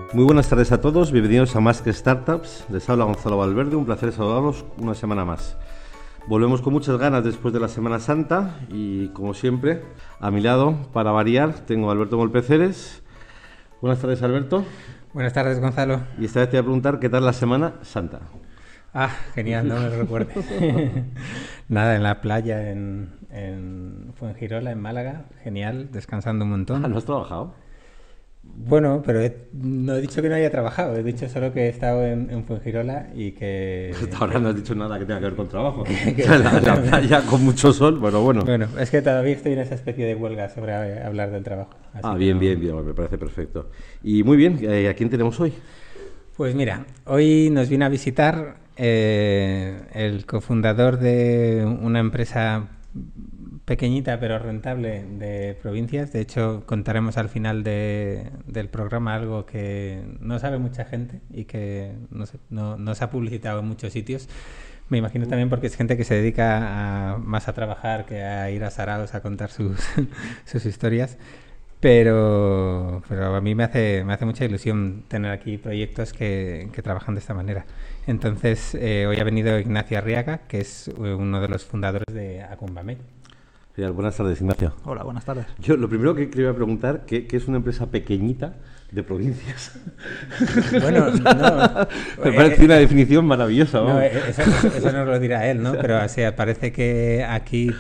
Muy buenas tardes a todos, bienvenidos a Más que Startups. Les habla Gonzalo Valverde, un placer saludarlos una semana más. Volvemos con muchas ganas después de la Semana Santa y, como siempre, a mi lado, para variar, tengo a Alberto Molpeceres. Buenas tardes, Alberto. Buenas tardes, Gonzalo. Y esta vez te voy a preguntar qué tal la Semana Santa. Ah, genial, no me lo recuerdes. Nada, en la playa en Fuengirola, en Málaga, genial, descansando un montón. ¿No has trabajado? Bueno, pero no he dicho que no haya trabajado, he dicho solo que he estado en Fuengirola y que... Hasta ahora no has dicho nada que tenga que ver con trabajo. la playa con mucho sol, bueno. Bueno, es que todavía estoy en esa especie de huelga sobre hablar del trabajo. Bien, me parece perfecto. Y muy bien, ¿a quién tenemos hoy? Pues mira, hoy nos viene a visitar el cofundador de una empresa pequeñita pero rentable de provincias. De hecho, contaremos al final del programa algo que no sabe mucha gente y que no se ha publicitado en muchos sitios. Me imagino también porque es gente que se dedica más a trabajar que a ir a saraos a contar sus historias. Pero a mí me hace mucha ilusión tener aquí proyectos que trabajan de esta manera. Entonces, hoy ha venido Ignacio Arriaga, que es uno de los fundadores de Acumba Mail. Buenas tardes, Ignacio. Hola, buenas tardes. Yo lo primero que quería preguntar, ¿qué es una empresa pequeñita de provincias? Bueno, no. Me parece una definición maravillosa. No, eso nos lo dirá él, ¿no? Pero parece que aquí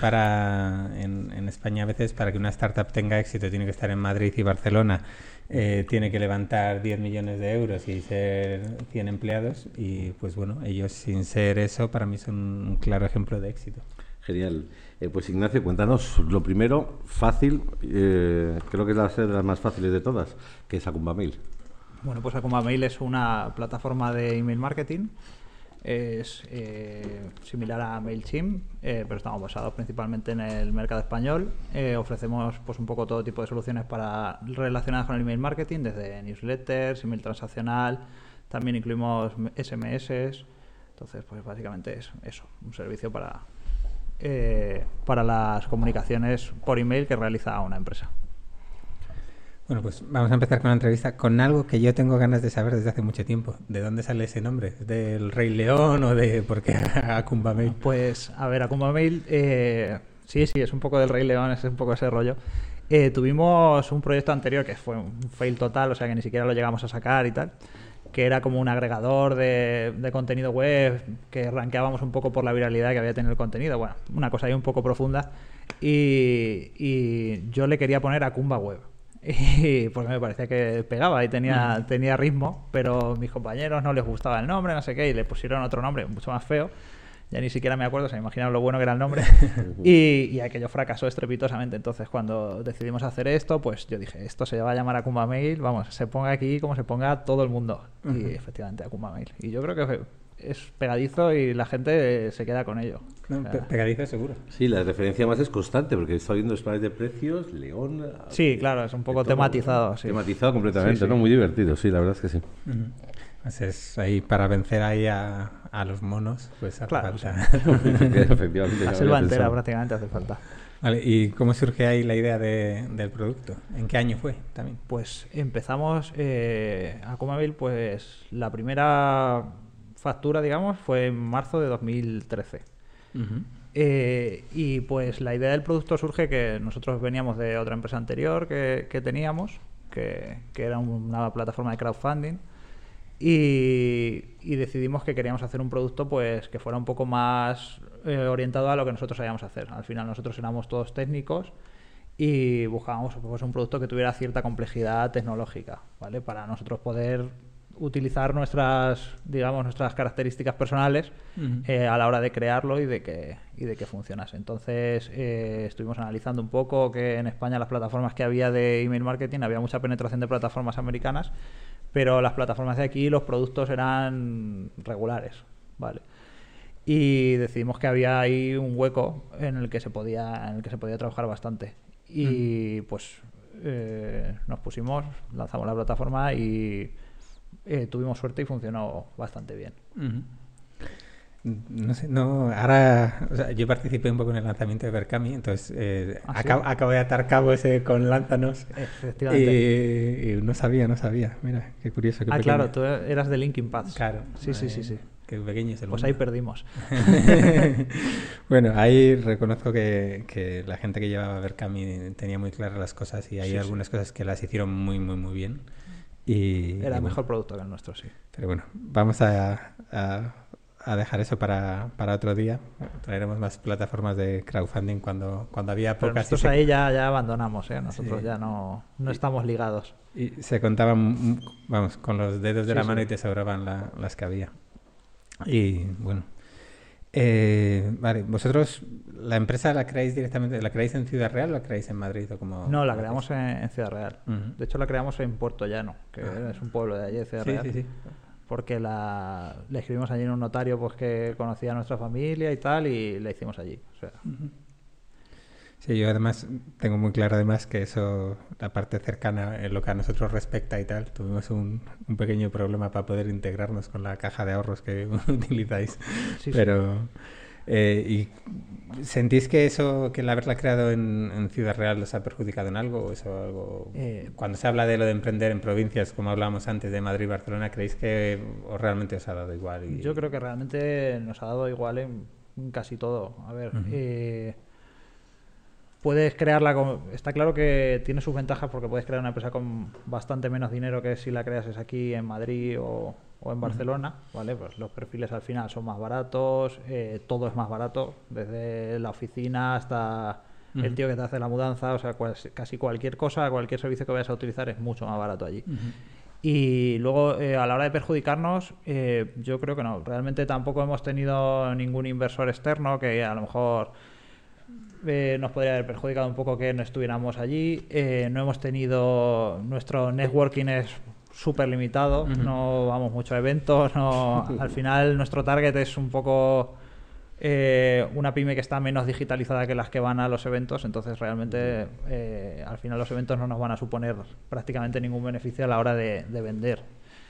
en España a veces para que una startup tenga éxito tiene que estar en Madrid y Barcelona, tiene que levantar 10 millones de euros y ser 100 empleados y pues bueno, ellos sin ser eso para mí son un claro ejemplo de éxito. Genial. Pues Ignacio, cuéntanos lo primero, fácil, creo que es la de las más fáciles de todas, que es Acumba Mail. Bueno, pues Acumba Mail es una plataforma de email marketing, es similar a MailChimp, pero estamos basados principalmente en el mercado español. Ofrecemos pues un poco todo tipo de soluciones relacionadas con el email marketing, desde newsletters, email transaccional, también incluimos SMS. Entonces, pues básicamente es eso, un servicio para las comunicaciones por email que realiza una empresa. Bueno, pues vamos a empezar con la entrevista con algo que yo tengo ganas de saber desde hace mucho tiempo. ¿De dónde sale ese nombre? ¿Es del Rey León o de por qué Acumba Mail? Pues, a ver, Acumba Mail, sí, es un poco del Rey León, es un poco ese rollo. Tuvimos un proyecto anterior que fue un fail total, o sea que ni siquiera lo llegamos a sacar y tal, que era como un agregador de contenido web, que rankeábamos un poco por la viralidad que había tenido el contenido. Bueno, una cosa ahí un poco profunda. Y yo le quería poner Acumba Web. Porque me parecía que pegaba y tenía ritmo, pero mis compañeros no les gustaba el nombre, no sé qué, y le pusieron otro nombre mucho más feo. Ya ni siquiera me acuerdo, se me imaginaron lo bueno que era el nombre. Y aquello fracasó estrepitosamente. Entonces, cuando decidimos hacer esto, pues yo dije, esto se va a llamar Acumba Mail, vamos, se ponga aquí como se ponga todo el mundo. Y efectivamente, Acumba Mail. Y yo creo que es pegadizo y la gente se queda con ello. No, pegadizo seguro. Sí, la referencia más es constante, porque está viendo planes de precios, León... Sí, claro, es un poco tematizado. Sí. Tematizado completamente, sí. ¿no? Muy divertido, sí, la verdad es que sí. Pues es ahí para vencer ahí a los monos, pues hace claro, falta. Efectivamente. La selva entera prácticamente hace falta. Vale, ¿y cómo surge ahí la idea del producto? ¿En qué año fue también? Pues empezamos Acumba Mail, pues la primera factura, digamos, fue en marzo de 2013. Y pues la idea del producto surge que nosotros veníamos de otra empresa anterior que teníamos, que era una plataforma de crowdfunding. Y decidimos que queríamos hacer un producto pues que fuera un poco más orientado a lo que nosotros sabíamos hacer. Al final nosotros éramos todos técnicos y buscábamos pues, un producto que tuviera cierta complejidad tecnológica, ¿vale? Para nosotros poder utilizar nuestras características personales a la hora de crearlo y de que funcionase. Entonces estuvimos analizando un poco que en España las plataformas que había de email marketing, había mucha penetración de plataformas americanas, pero las plataformas de aquí, los productos eran regulares, ¿vale? Y decidimos que había ahí un hueco en el que se podía trabajar bastante. Y pues nos pusimos, lanzamos la plataforma y tuvimos suerte y funcionó bastante bien. No sé, no, ahora, o sea, yo participé un poco en el lanzamiento de Berkami, entonces ¿Ah, sí? acabo de atar cabo ese con Lánzanos Efectivamente. y no sabía, mira, qué curioso, qué Ah, pequeño. claro, tú eras de Linkin Paths. Claro, Sí, sí, sí, sí. qué pequeño es el Pues mundo. ahí perdimos. Bueno, ahí reconozco que la gente que llevaba Berkami tenía muy claras las cosas y hay Sí, algunas sí. cosas que las hicieron muy bien. Y Era bueno, mejor producto que el nuestro, sí. pero bueno, vamos a dejar eso para otro día. Traeremos más plataformas de crowdfunding cuando había Pero pocas nosotros ahí ya abandonamos, ¿eh? Nosotros sí, ya no estamos ligados. y se contaban, vamos, con los dedos de Sí, la mano sí. y te sobraban las que había. Y bueno, vale, vosotros la empresa la creáis directamente, ¿la creáis en Ciudad Real o la creáis en Madrid o como? No, la creamos en Ciudad Real. Ujú. De hecho, la creamos en Puerto Llano, que es un pueblo de allí, de Ciudad Sí, Real. sí, sí. Porque le escribimos allí en un notario pues que conocía a nuestra familia y tal, y la hicimos allí. O sea, Sí, yo además tengo muy claro además que eso, la parte cercana en lo que a nosotros respecta y tal, tuvimos un pequeño problema para poder integrarnos con la caja de ahorros que utilizáis. sí, Pero, ¿y sentís que eso, que el haberla creado en Ciudad Real os ha perjudicado en algo? ¿O eso algo? Cuando se habla de lo de emprender en provincias, como hablábamos antes de Madrid y Barcelona, ¿creéis que realmente os ha dado igual? yo creo que realmente nos ha dado igual en casi todo. A ver, puedes crearla está claro que tiene sus ventajas porque puedes crear una empresa con bastante menos dinero que si la creas es aquí en Madrid o en Barcelona, ¿vale? Pues los perfiles al final son más baratos, todo es más barato, desde la oficina hasta el tío que te hace la mudanza, o sea, casi cualquier cosa, cualquier servicio que vayas a utilizar es mucho más barato allí. Y luego, a la hora de perjudicarnos, yo creo que no. Realmente tampoco hemos tenido ningún inversor externo que a lo mejor nos podría haber perjudicado un poco que no estuviéramos allí. No hemos tenido... Nuestro networking es súper limitado, no vamos mucho a eventos, al final nuestro target es un poco una pyme que está menos digitalizada que las que van a los eventos, entonces realmente al final los eventos no nos van a suponer prácticamente ningún beneficio a la hora de vender.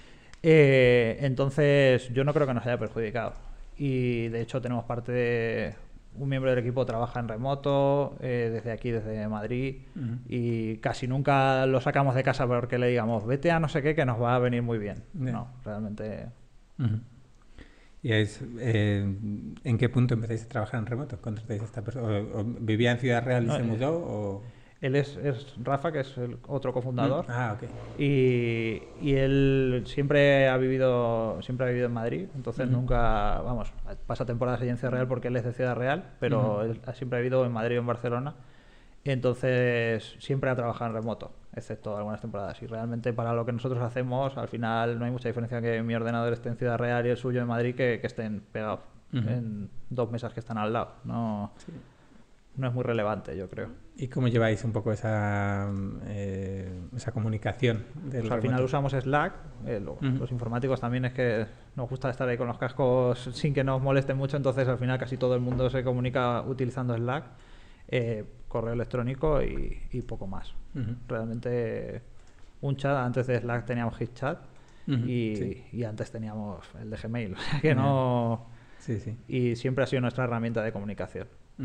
Entonces yo no creo que nos haya perjudicado y de hecho tenemos parte de... Un miembro del equipo trabaja en remoto, desde aquí, desde Madrid, y casi nunca lo sacamos de casa porque le digamos, vete a no sé qué, que nos va a venir muy bien. No, realmente... ¿Y en qué punto empezáis a trabajar en remoto? ¿Contratáis a esta persona? ¿O vivía en Ciudad Real y se mudó? ¿O? Él es Rafa, que es el otro cofundador. Ok. Y él siempre ha vivido en Madrid, entonces nunca, vamos, pasa temporadas allí en Ciudad Real porque él es de Ciudad Real, pero él siempre ha vivido en Madrid o en Barcelona. Entonces siempre ha trabajado en remoto, excepto algunas temporadas. Y realmente para lo que nosotros hacemos, al final no hay mucha diferencia que mi ordenador esté en Ciudad Real y el suyo en Madrid que estén pegados en dos mesas que están al lado. No es muy relevante, yo creo. ¿Y cómo lleváis un poco esa comunicación? Pues al final usamos Slack. Los informáticos también es que nos gusta estar ahí con los cascos sin que nos molesten mucho, entonces al final casi todo el mundo se comunica utilizando Slack, correo electrónico y poco más. Realmente un chat, antes de Slack teníamos HitChat y antes teníamos el de Gmail, o sea que no... Sí. Y siempre ha sido nuestra herramienta de comunicación.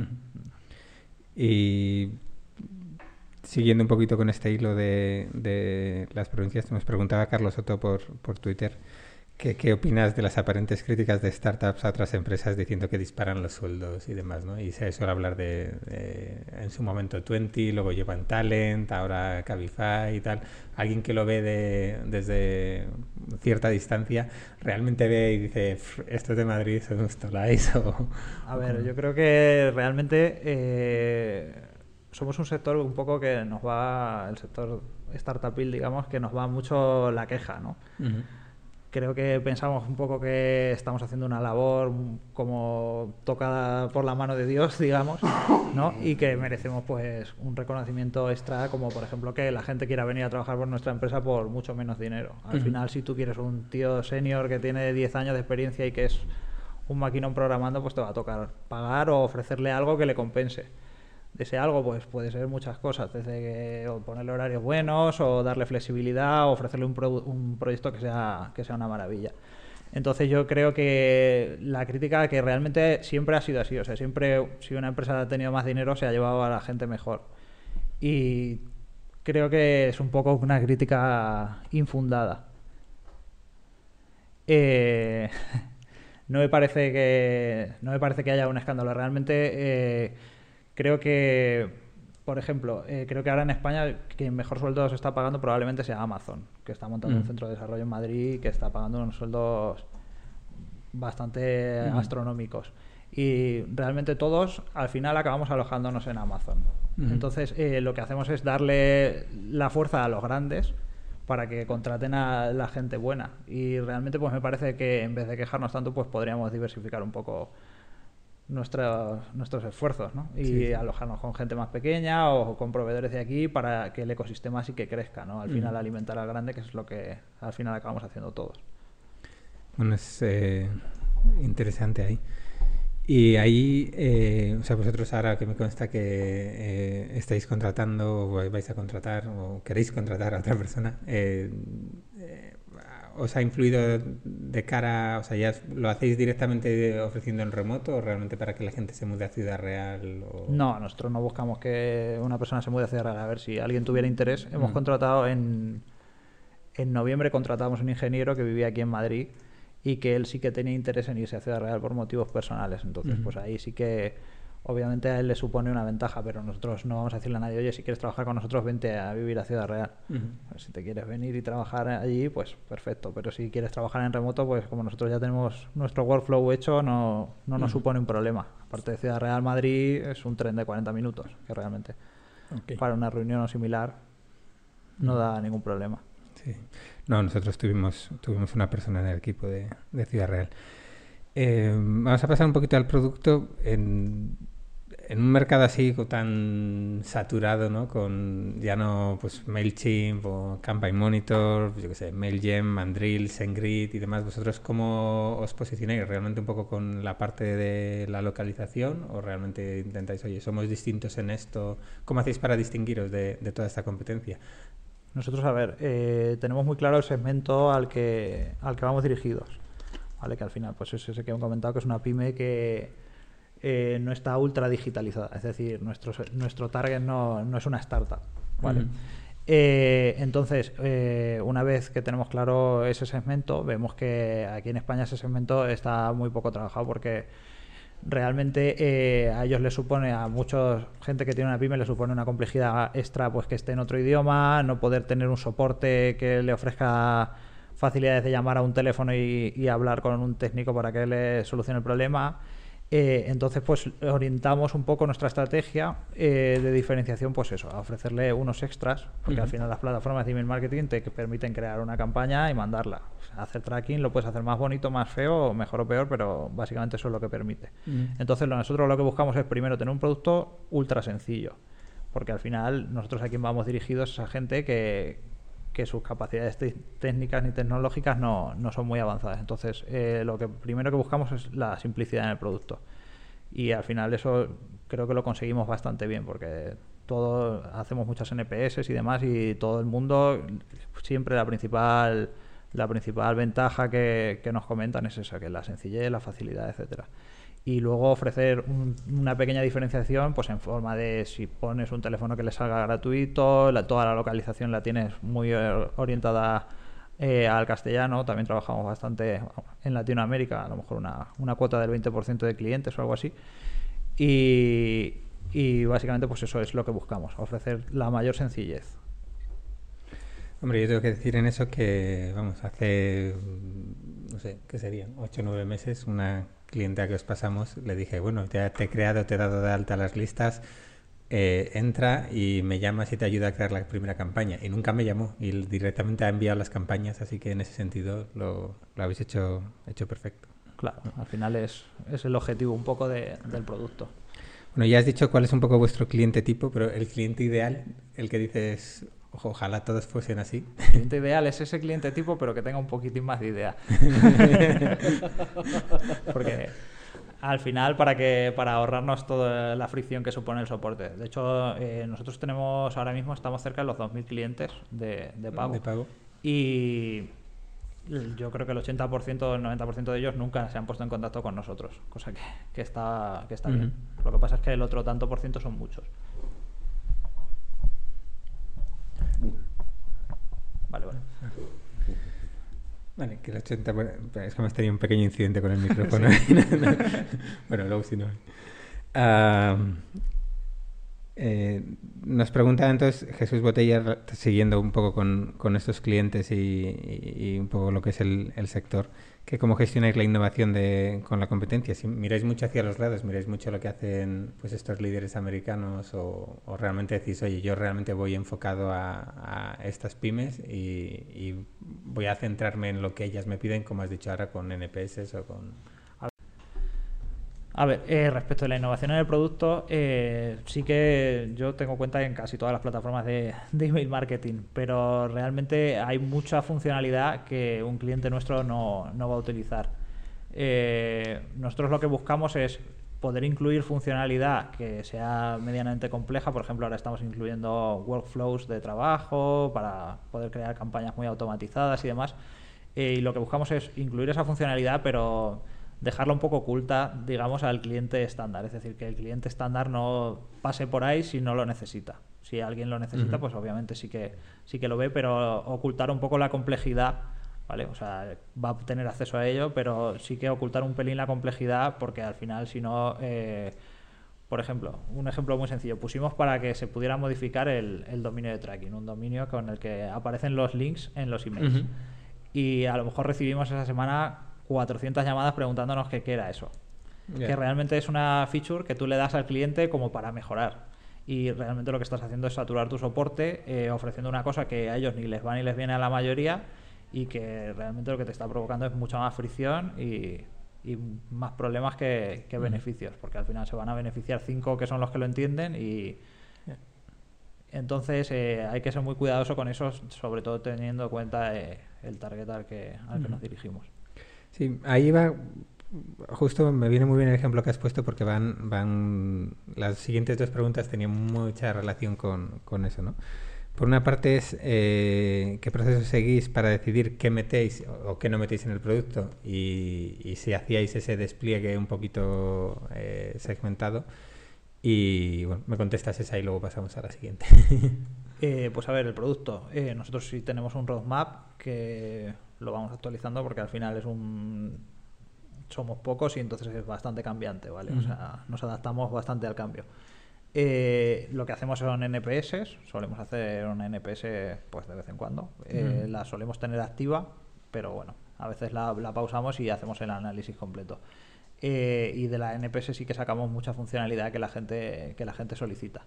Y siguiendo un poquito con este hilo de las provincias, nos preguntaba Carlos Soto por Twitter ¿qué opinas de las aparentes críticas de startups a otras empresas diciendo que disparan los sueldos y demás, ¿no? Y se suele hablar de en su momento Twenty, luego llevan Talent, ahora Cabify y tal. Alguien que lo ve desde cierta distancia realmente ve y dice, estos de Madrid son unos tolais A ver, yo creo que realmente somos un sector un poco que nos va, el sector startupil, digamos, que nos va mucho la queja, ¿no? Creo que pensamos un poco que estamos haciendo una labor como tocada por la mano de Dios, digamos, ¿no? Y que merecemos pues un reconocimiento extra, como por ejemplo que la gente quiera venir a trabajar por nuestra empresa por mucho menos dinero. Al final, si tú quieres un tío senior que tiene 10 años de experiencia y que es un maquinón programando, pues te va a tocar pagar o ofrecerle algo que le compense. De ese algo pues puede ser muchas cosas, desde ponerle horarios buenos o darle flexibilidad o ofrecerle un proyecto que sea una maravilla. Entonces yo creo que la crítica que realmente siempre ha sido así, o sea, siempre si una empresa ha tenido más dinero se ha llevado a la gente mejor. Y creo que es un poco una crítica infundada. No me parece que haya un escándalo. Realmente creo que, por ejemplo, creo que ahora en España quien mejor sueldo se está pagando probablemente sea Amazon, que está montando un centro de desarrollo en Madrid y que está pagando unos sueldos bastante astronómicos. Y realmente todos al final acabamos alojándonos en Amazon. Entonces lo que hacemos es darle la fuerza a los grandes para que contraten a la gente buena. Y realmente pues me parece que en vez de quejarnos tanto, pues podríamos diversificar un poco nuestros esfuerzos, ¿no? Y alojarnos con gente más pequeña o con proveedores de aquí para que el ecosistema sí que crezca, ¿no? Al final alimentar al grande, que es lo que al final acabamos haciendo todos. Bueno, es interesante ahí. Y ahí, o sea, vosotros ahora que me consta que estáis contratando o vais a contratar o queréis contratar a otra persona, ¿os ha influido de cara, o sea, ya lo hacéis directamente ofreciendo en remoto o realmente para que la gente se mude a Ciudad Real? O... No, nosotros no buscamos que una persona se mude a Ciudad Real. A ver, si alguien tuviera interés, hemos contratado en noviembre contratamos un ingeniero que vivía aquí en Madrid y que él sí que tenía interés en irse a Ciudad Real por motivos personales. Entonces, pues ahí sí que obviamente a él le supone una ventaja, pero nosotros no vamos a decirle a nadie, oye, si quieres trabajar con nosotros, vente a vivir a Ciudad Real. Pues si te quieres venir y trabajar allí, pues perfecto. Pero si quieres trabajar en remoto, pues como nosotros ya tenemos nuestro workflow hecho, no nos supone un problema. Aparte de Ciudad Real, Madrid es un tren de 40 minutos, que realmente para una reunión o similar no da ningún problema. Sí. No, nosotros tuvimos una persona en el equipo de Ciudad Real. Vamos a pasar un poquito al producto. En un mercado así tan saturado, ¿no? Con ya no pues MailChimp o Campaign Monitor, yo qué sé, MailGem, Mandrill, SendGrid y demás, ¿vosotros cómo os posicionáis? ¿Realmente un poco con la parte de la localización o realmente intentáis, oye, somos distintos en esto? ¿Cómo hacéis para distinguiros de toda esta competencia? Nosotros, a ver, tenemos muy claro el segmento al que vamos dirigidos, ¿vale? Que al final, pues es ese que hemos comentado, que es una pyme que no está ultra digitalizada, es decir, nuestro target no es una startup, ¿vale? Entonces, una vez que tenemos claro ese segmento, vemos que aquí en España ese segmento está muy poco trabajado porque realmente a ellos les supone, a mucha gente que tiene una pyme, les supone una complejidad extra, pues que esté en otro idioma, no poder tener un soporte que le ofrezca facilidades de llamar a un teléfono y hablar con un técnico para que le solucione el problema. Entonces, pues orientamos un poco nuestra estrategia de diferenciación, pues eso, a ofrecerle unos extras, porque al final las plataformas de email marketing te permiten crear una campaña y mandarla. O sea, hacer tracking lo puedes hacer más bonito, más feo, mejor o peor, pero básicamente eso es lo que permite. Entonces, nosotros lo que buscamos es primero tener un producto ultra sencillo, porque al final nosotros a quien vamos dirigidos es a gente que sus capacidades técnicas ni tecnológicas no son muy avanzadas. Entonces, lo que primero que buscamos es la simplicidad en el producto. Y al final eso creo que lo conseguimos bastante bien, porque hacemos muchas NPS y demás, y todo el mundo, siempre la principal ventaja que nos comentan es esa, que es la sencillez, la facilidad, etcétera. Y luego ofrecer una pequeña diferenciación, pues en forma de si pones un teléfono que le salga gratuito, toda la localización la tienes muy orientada al castellano. También trabajamos bastante en Latinoamérica, a lo mejor una cuota del 20% de clientes o algo así. Y básicamente pues eso es lo que buscamos, ofrecer la mayor sencillez. Hombre, yo tengo que decir en eso que, vamos, hace, no sé, ¿qué serían? 8 o 9 meses, una clienta que os pasamos, le dije, bueno, ya te he creado, te he dado de alta las listas, entra y me llamas y te ayuda a crear la primera campaña. Y nunca me llamó y directamente ha enviado las campañas, así que en ese sentido lo habéis hecho perfecto. Claro, al final es el objetivo un poco del producto. Bueno, ya has dicho cuál es un poco vuestro cliente tipo, pero el cliente ideal, el que dices... Ojalá todos fuesen así. El cliente ideal es ese cliente tipo, pero que tenga un poquitín más de idea. Porque al final, para ahorrarnos toda la fricción que supone el soporte. De hecho, nosotros ahora mismo estamos cerca de los 2.000 clientes de pago. De pago. Y yo creo que el 80% o el 90% de ellos nunca se han puesto en contacto con nosotros, cosa que está bien. Lo que pasa es que el otro tanto por ciento son muchos. Vale. Vale, que el 80%... Es que hemos tenido un pequeño incidente con el micrófono. Bueno, luego si no... nos pregunta entonces Jesús Botella, siguiendo un poco con estos clientes y un poco lo que es el sector, que cómo gestionáis la innovación con la competencia. Si miráis mucho hacia los lados, miráis mucho lo que hacen pues estos líderes americanos o realmente decís, oye, yo realmente voy enfocado a estas pymes y voy a centrarme en lo que ellas me piden, como has dicho ahora con NPS o con... A ver, respecto a la innovación en el producto, sí que yo tengo cuenta en casi todas las plataformas de email marketing, pero realmente hay mucha funcionalidad que un cliente nuestro no va a utilizar. Nosotros lo que buscamos es poder incluir funcionalidad que sea medianamente compleja. Por ejemplo, ahora estamos incluyendo workflows de trabajo para poder crear campañas muy automatizadas y demás. Y lo que buscamos es incluir esa funcionalidad, pero dejarla un poco oculta, digamos, al cliente estándar. Es decir, que el cliente estándar no pase por ahí si no lo necesita. Si alguien lo necesita, pues obviamente sí que lo ve, pero ocultar un poco la complejidad, ¿vale? O sea, va a tener acceso a ello, pero sí que ocultar un pelín la complejidad, porque al final, si no... por ejemplo, un ejemplo muy sencillo. Pusimos para que se pudiera modificar el dominio de tracking, un dominio con el que aparecen los links en los emails. Y a lo mejor recibimos esa semana 400 llamadas preguntándonos qué era eso. Que realmente es una feature que tú le das al cliente como para mejorar. Y realmente lo que estás haciendo es saturar tu soporte, ofreciendo una cosa que a ellos ni les va ni les viene a la mayoría, y que realmente lo que te está provocando es mucha más fricción y más problemas que beneficios, porque al final se van a beneficiar 5 que son los que lo entienden y... Entonces hay que ser muy cuidadoso con eso, sobre todo teniendo en cuenta el target al que nos dirigimos. Sí, ahí va, justo me viene muy bien el ejemplo que has puesto, porque van las siguientes dos preguntas tenían mucha relación con eso, ¿no? Por una parte es qué proceso seguís para decidir qué metéis o qué no metéis en el producto y si hacíais ese despliegue un poquito segmentado. Y bueno, me contestas esa y luego pasamos a la siguiente. Pues a ver, el producto. Nosotros sí tenemos un roadmap que lo vamos actualizando porque al final somos pocos y entonces es bastante cambiante, ¿vale? O sea, nos adaptamos bastante al cambio. Lo que hacemos son NPS, solemos hacer una NPS pues de vez en cuando. La solemos tener activa, pero bueno, a veces la pausamos y hacemos el análisis completo. Y de la NPS sí que sacamos mucha funcionalidad que la gente solicita.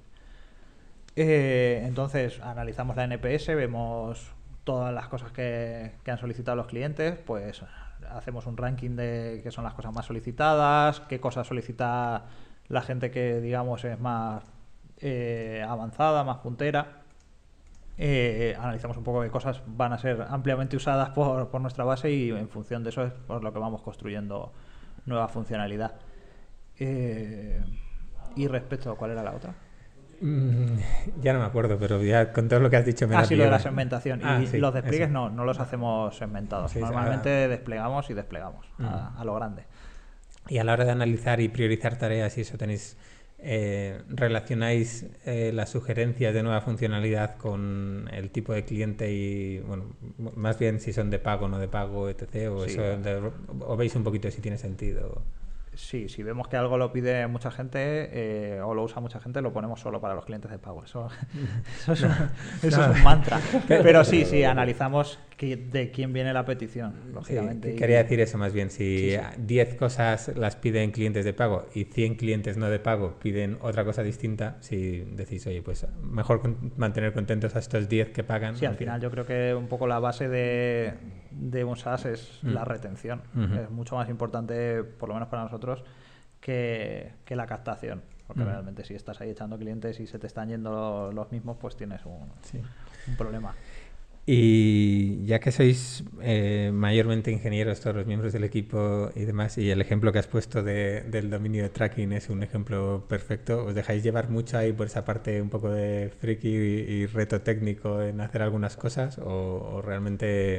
Entonces analizamos la NPS, vemos todas las cosas que han solicitado los clientes, pues hacemos un ranking de qué son las cosas más solicitadas, qué cosas solicita la gente que digamos es más avanzada, más puntera. Analizamos un poco qué cosas van a ser ampliamente usadas por nuestra base y en función de eso es por lo que vamos construyendo nueva funcionalidad. Y respecto a ¿cuál era la otra? Ya no me acuerdo, pero ya con todo lo que has dicho me sí, lo de la segmentación. Sí, los despliegues eso. no los hacemos segmentados. Sí, normalmente desplegamos a lo grande. Y a la hora de analizar y priorizar tareas y eso tenéis... relacionáis las sugerencias de nueva funcionalidad con el tipo de cliente y, bueno, más bien si son de pago o no de pago, etc. O, sí, o veis un poquito si tiene sentido. Sí, si vemos que algo lo pide mucha gente o lo usa mucha gente, lo ponemos solo para los clientes de pago. Eso es un mantra. Pero sí, analizamos de quién viene la petición, lógicamente. Sí, quería decir eso más bien. Si 10 cosas las piden clientes de pago y 100 clientes no de pago piden otra cosa distinta, si decís, oye, pues mejor mantener contentos a estos 10 que pagan. Sí, al final yo creo que un poco la base de un SaaS es la retención. Es mucho más importante, por lo menos para nosotros, que la captación. Porque realmente si estás ahí echando clientes y se te están yendo los mismos, pues tienes un problema. Y ya que sois mayormente ingenieros, todos los miembros del equipo y demás, y el ejemplo que has puesto del dominio de tracking es un ejemplo perfecto, ¿os dejáis llevar mucho ahí por esa parte un poco de friki y reto técnico en hacer algunas cosas? ¿O realmente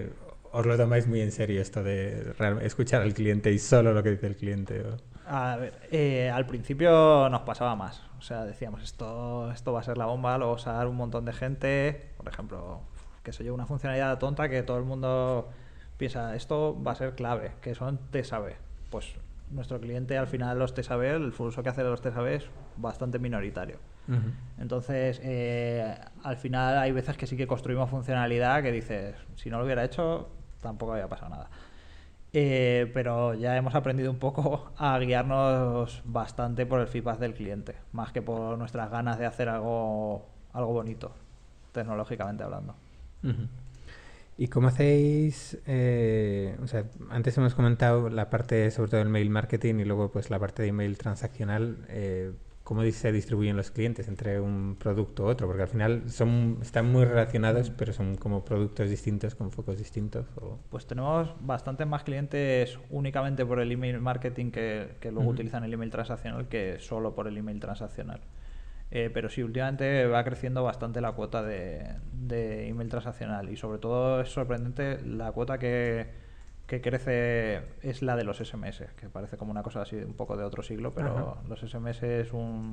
os lo tomáis muy en serio esto de escuchar al cliente y solo lo que dice el cliente? A ver, al principio nos pasaba más. O sea, decíamos, esto va a ser la bomba, lo va a usar un montón de gente. Por ejemplo, que sé yo, una funcionalidad tonta que todo el mundo piensa, esto va a ser clave, que son TSAB. Pues nuestro cliente, al final, los TSAB, el uso que hace de los TSAB es bastante minoritario. Uh-huh. Entonces, al final hay veces que sí que construimos funcionalidad que dices, si no lo hubiera hecho, tampoco había pasado nada. Pero ya hemos aprendido un poco a guiarnos bastante por el feedback del cliente, más que por nuestras ganas de hacer algo bonito, tecnológicamente hablando. Uh-huh. ¿Y cómo hacéis? O sea, antes hemos comentado la parte sobre todo del mail marketing y luego pues la parte de email transaccional. ¿Cómo se distribuyen los clientes entre un producto u otro? Porque al final están muy relacionados, pero son como productos distintos, con focos distintos. Pues tenemos bastantes más clientes únicamente por el email marketing que luego uh-huh. utilizan el email transaccional que solo por el email transaccional. Pero sí, últimamente va creciendo bastante la cuota de email transaccional y sobre todo es sorprendente la cuota que crece es la de los SMS, que parece como una cosa así un poco de otro siglo, pero uh-huh. Los SMS es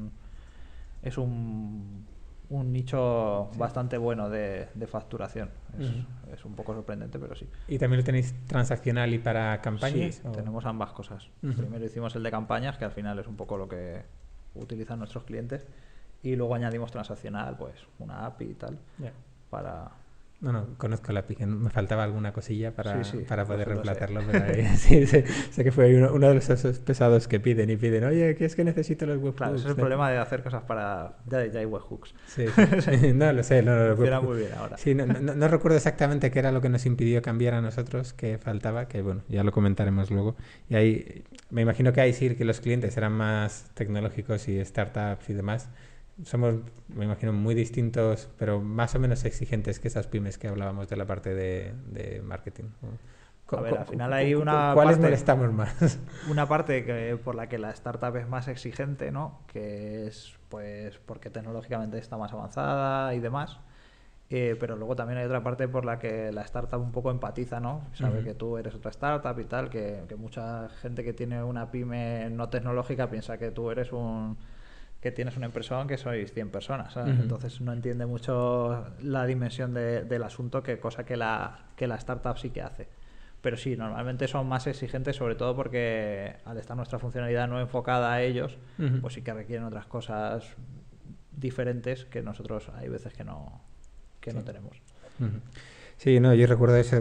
un nicho sí. bastante bueno de facturación. Uh-huh. Es un poco sorprendente, pero sí. ¿Y también lo tenéis transaccional y para campañas? Sí, tenemos ambas cosas. Uh-huh. Primero hicimos el de campañas, que al final es un poco lo que utilizan nuestros clientes, y luego añadimos transaccional, pues una API y tal, yeah. para... No, conozco la API, que me faltaba alguna cosilla para poder reemplazarlo, pero sí, sé que fue uno de esos pesados que piden, oye, ¿qué es que necesito los webhooks? Claro, ese es el problema de hacer cosas para... Ya hay webhooks. Sí. No, lo sé. Funciona muy bien ahora. Sí, no recuerdo exactamente qué era lo que nos impidió cambiar a nosotros, que faltaba, que bueno, ya lo comentaremos luego. Y ahí, me imagino que ahí sí que los clientes eran más tecnológicos y startups y demás. Somos, me imagino, muy distintos, pero más o menos exigentes que esas pymes que hablábamos de la parte de marketing. A ver, al final hay una ¿Cuáles molestamos más? Una parte por la que la startup es más exigente, ¿no? Que es pues porque tecnológicamente está más avanzada y demás. Pero luego también hay otra parte por la que la startup un poco empatiza, ¿no? Sabe uh-huh. que tú eres otra startup y tal, que mucha gente que tiene una pyme no tecnológica piensa que tú eres que tienes una empresa que sois 100 personas, ¿sabes? Uh-huh. Entonces no entiende mucho la dimensión del asunto, cosa que la startup sí que hace. Pero sí, normalmente son más exigentes, sobre todo porque al estar nuestra funcionalidad no enfocada a ellos, uh-huh. pues sí que requieren otras cosas diferentes que nosotros hay veces que no tenemos. Uh-huh. Sí, no, yo recuerdo eso,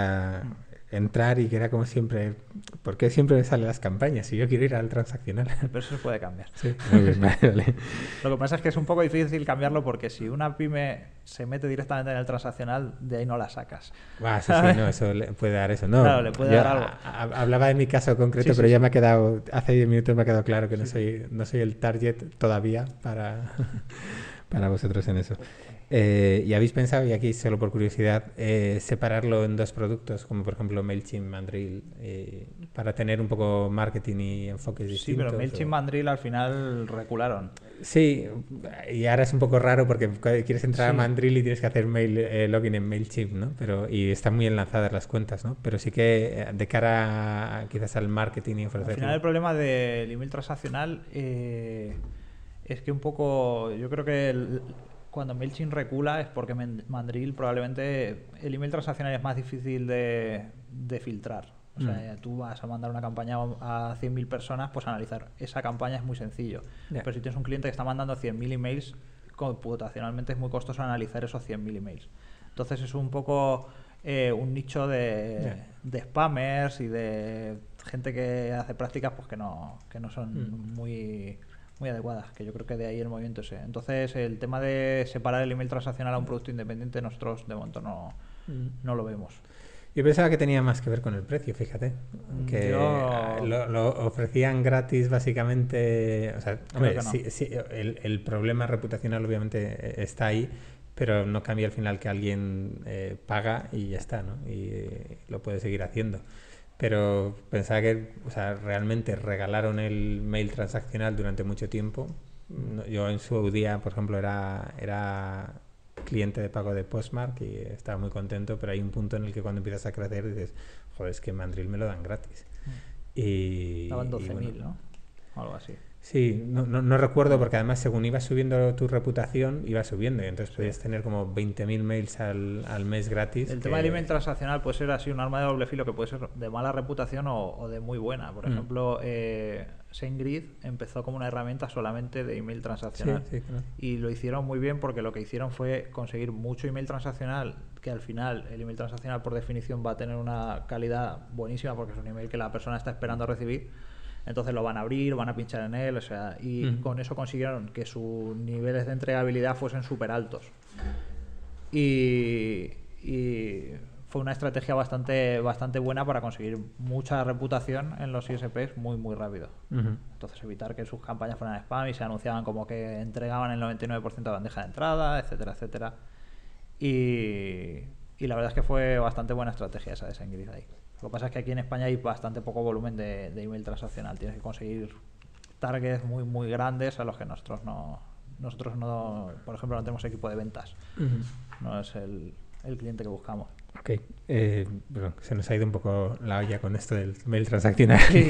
entrar y que era como siempre, ¿por qué siempre me salen las campañas? Si yo quiero ir al transaccional. Pero eso se puede cambiar. Sí, muy bien, vale. Lo que pasa es que es un poco difícil cambiarlo porque si una pyme se mete directamente en el transaccional, de ahí no la sacas. Sí, no, eso le puede dar eso. No, claro, le puede dar algo. Hablaba de mi caso concreto, pero ya me ha quedado, hace 10 minutos me ha quedado claro que no soy el target todavía para vosotros en eso. ¿Y habéis pensado, y aquí solo por curiosidad, separarlo en dos productos, como por ejemplo MailChimp, Mandrill, para tener un poco marketing y enfoques distintos? Sí, pero MailChimp y Mandrill al final recularon. Sí, y ahora es un poco raro porque quieres entrar a Mandrill y tienes que hacer login en MailChimp, ¿no? Y están muy enlazadas las cuentas, ¿no? Pero sí que de cara quizás al marketing y ofrecer... Al final el problema del email transaccional es que un poco, yo creo que cuando MailChimp recula es porque Mandrill probablemente el email transaccional es más difícil de filtrar. O sea, tú vas a mandar una campaña a 100.000 personas, pues analizar esa campaña es muy sencillo. Yeah. Pero si tienes un cliente que está mandando 100.000 emails, computacionalmente es muy costoso analizar esos 100.000 emails. Entonces es un poco un nicho de spammers y de gente que hace prácticas pues que no son muy adecuadas, que yo creo que de ahí el movimiento ese. Entonces el tema de separar el email transaccional a un producto independiente nosotros de momento no lo vemos. Yo pensaba que tenía más que ver con el precio, fíjate, que lo ofrecían gratis básicamente. O sea, hombre, no. sí, el problema reputacional obviamente está ahí, pero no cambia al final que alguien paga y ya está, ¿no? Y lo puede seguir haciendo. Pero pensaba que, o sea, realmente regalaron el mail transaccional durante mucho tiempo. Yo en su día, por ejemplo, era cliente de pago de Postmark y estaba muy contento, pero hay un punto en el que cuando empiezas a crecer dices, joder, es que Mandrill me lo dan gratis. Estaban 12.000, bueno, ¿no? O algo así. Sí, no recuerdo, porque además según ibas subiendo tu reputación, iba subiendo, y entonces podías tener como 20.000 mails al mes gratis. El tema del email transaccional puede ser así un arma de doble filo, que puede ser de mala reputación o de muy buena. Por ejemplo, SendGrid empezó como una herramienta solamente de email transaccional. Sí, claro. Y lo hicieron muy bien, porque lo que hicieron fue conseguir mucho email transaccional, que al final el email transaccional por definición va a tener una calidad buenísima, porque es un email que la persona está esperando recibir. Entonces lo van a abrir, van a pinchar en él, o sea, y con eso consiguieron que sus niveles de entregabilidad fuesen súper altos. Y fue una estrategia bastante buena para conseguir mucha reputación en los ISPs muy rápido. Entonces evitar que sus campañas fueran spam y se anunciaban como que entregaban el 99% de bandeja de entrada, etcétera. Y la verdad es que fue bastante buena estrategia esa de SendGrid ahí. Lo que pasa es que aquí en España hay bastante poco volumen de email transaccional. Tienes que conseguir targets muy grandes a los que nosotros no, por ejemplo, no tenemos equipo de ventas. No es el cliente que buscamos. Ok, bueno, se nos ha ido un poco la olla con esto del mail transaccional Sí.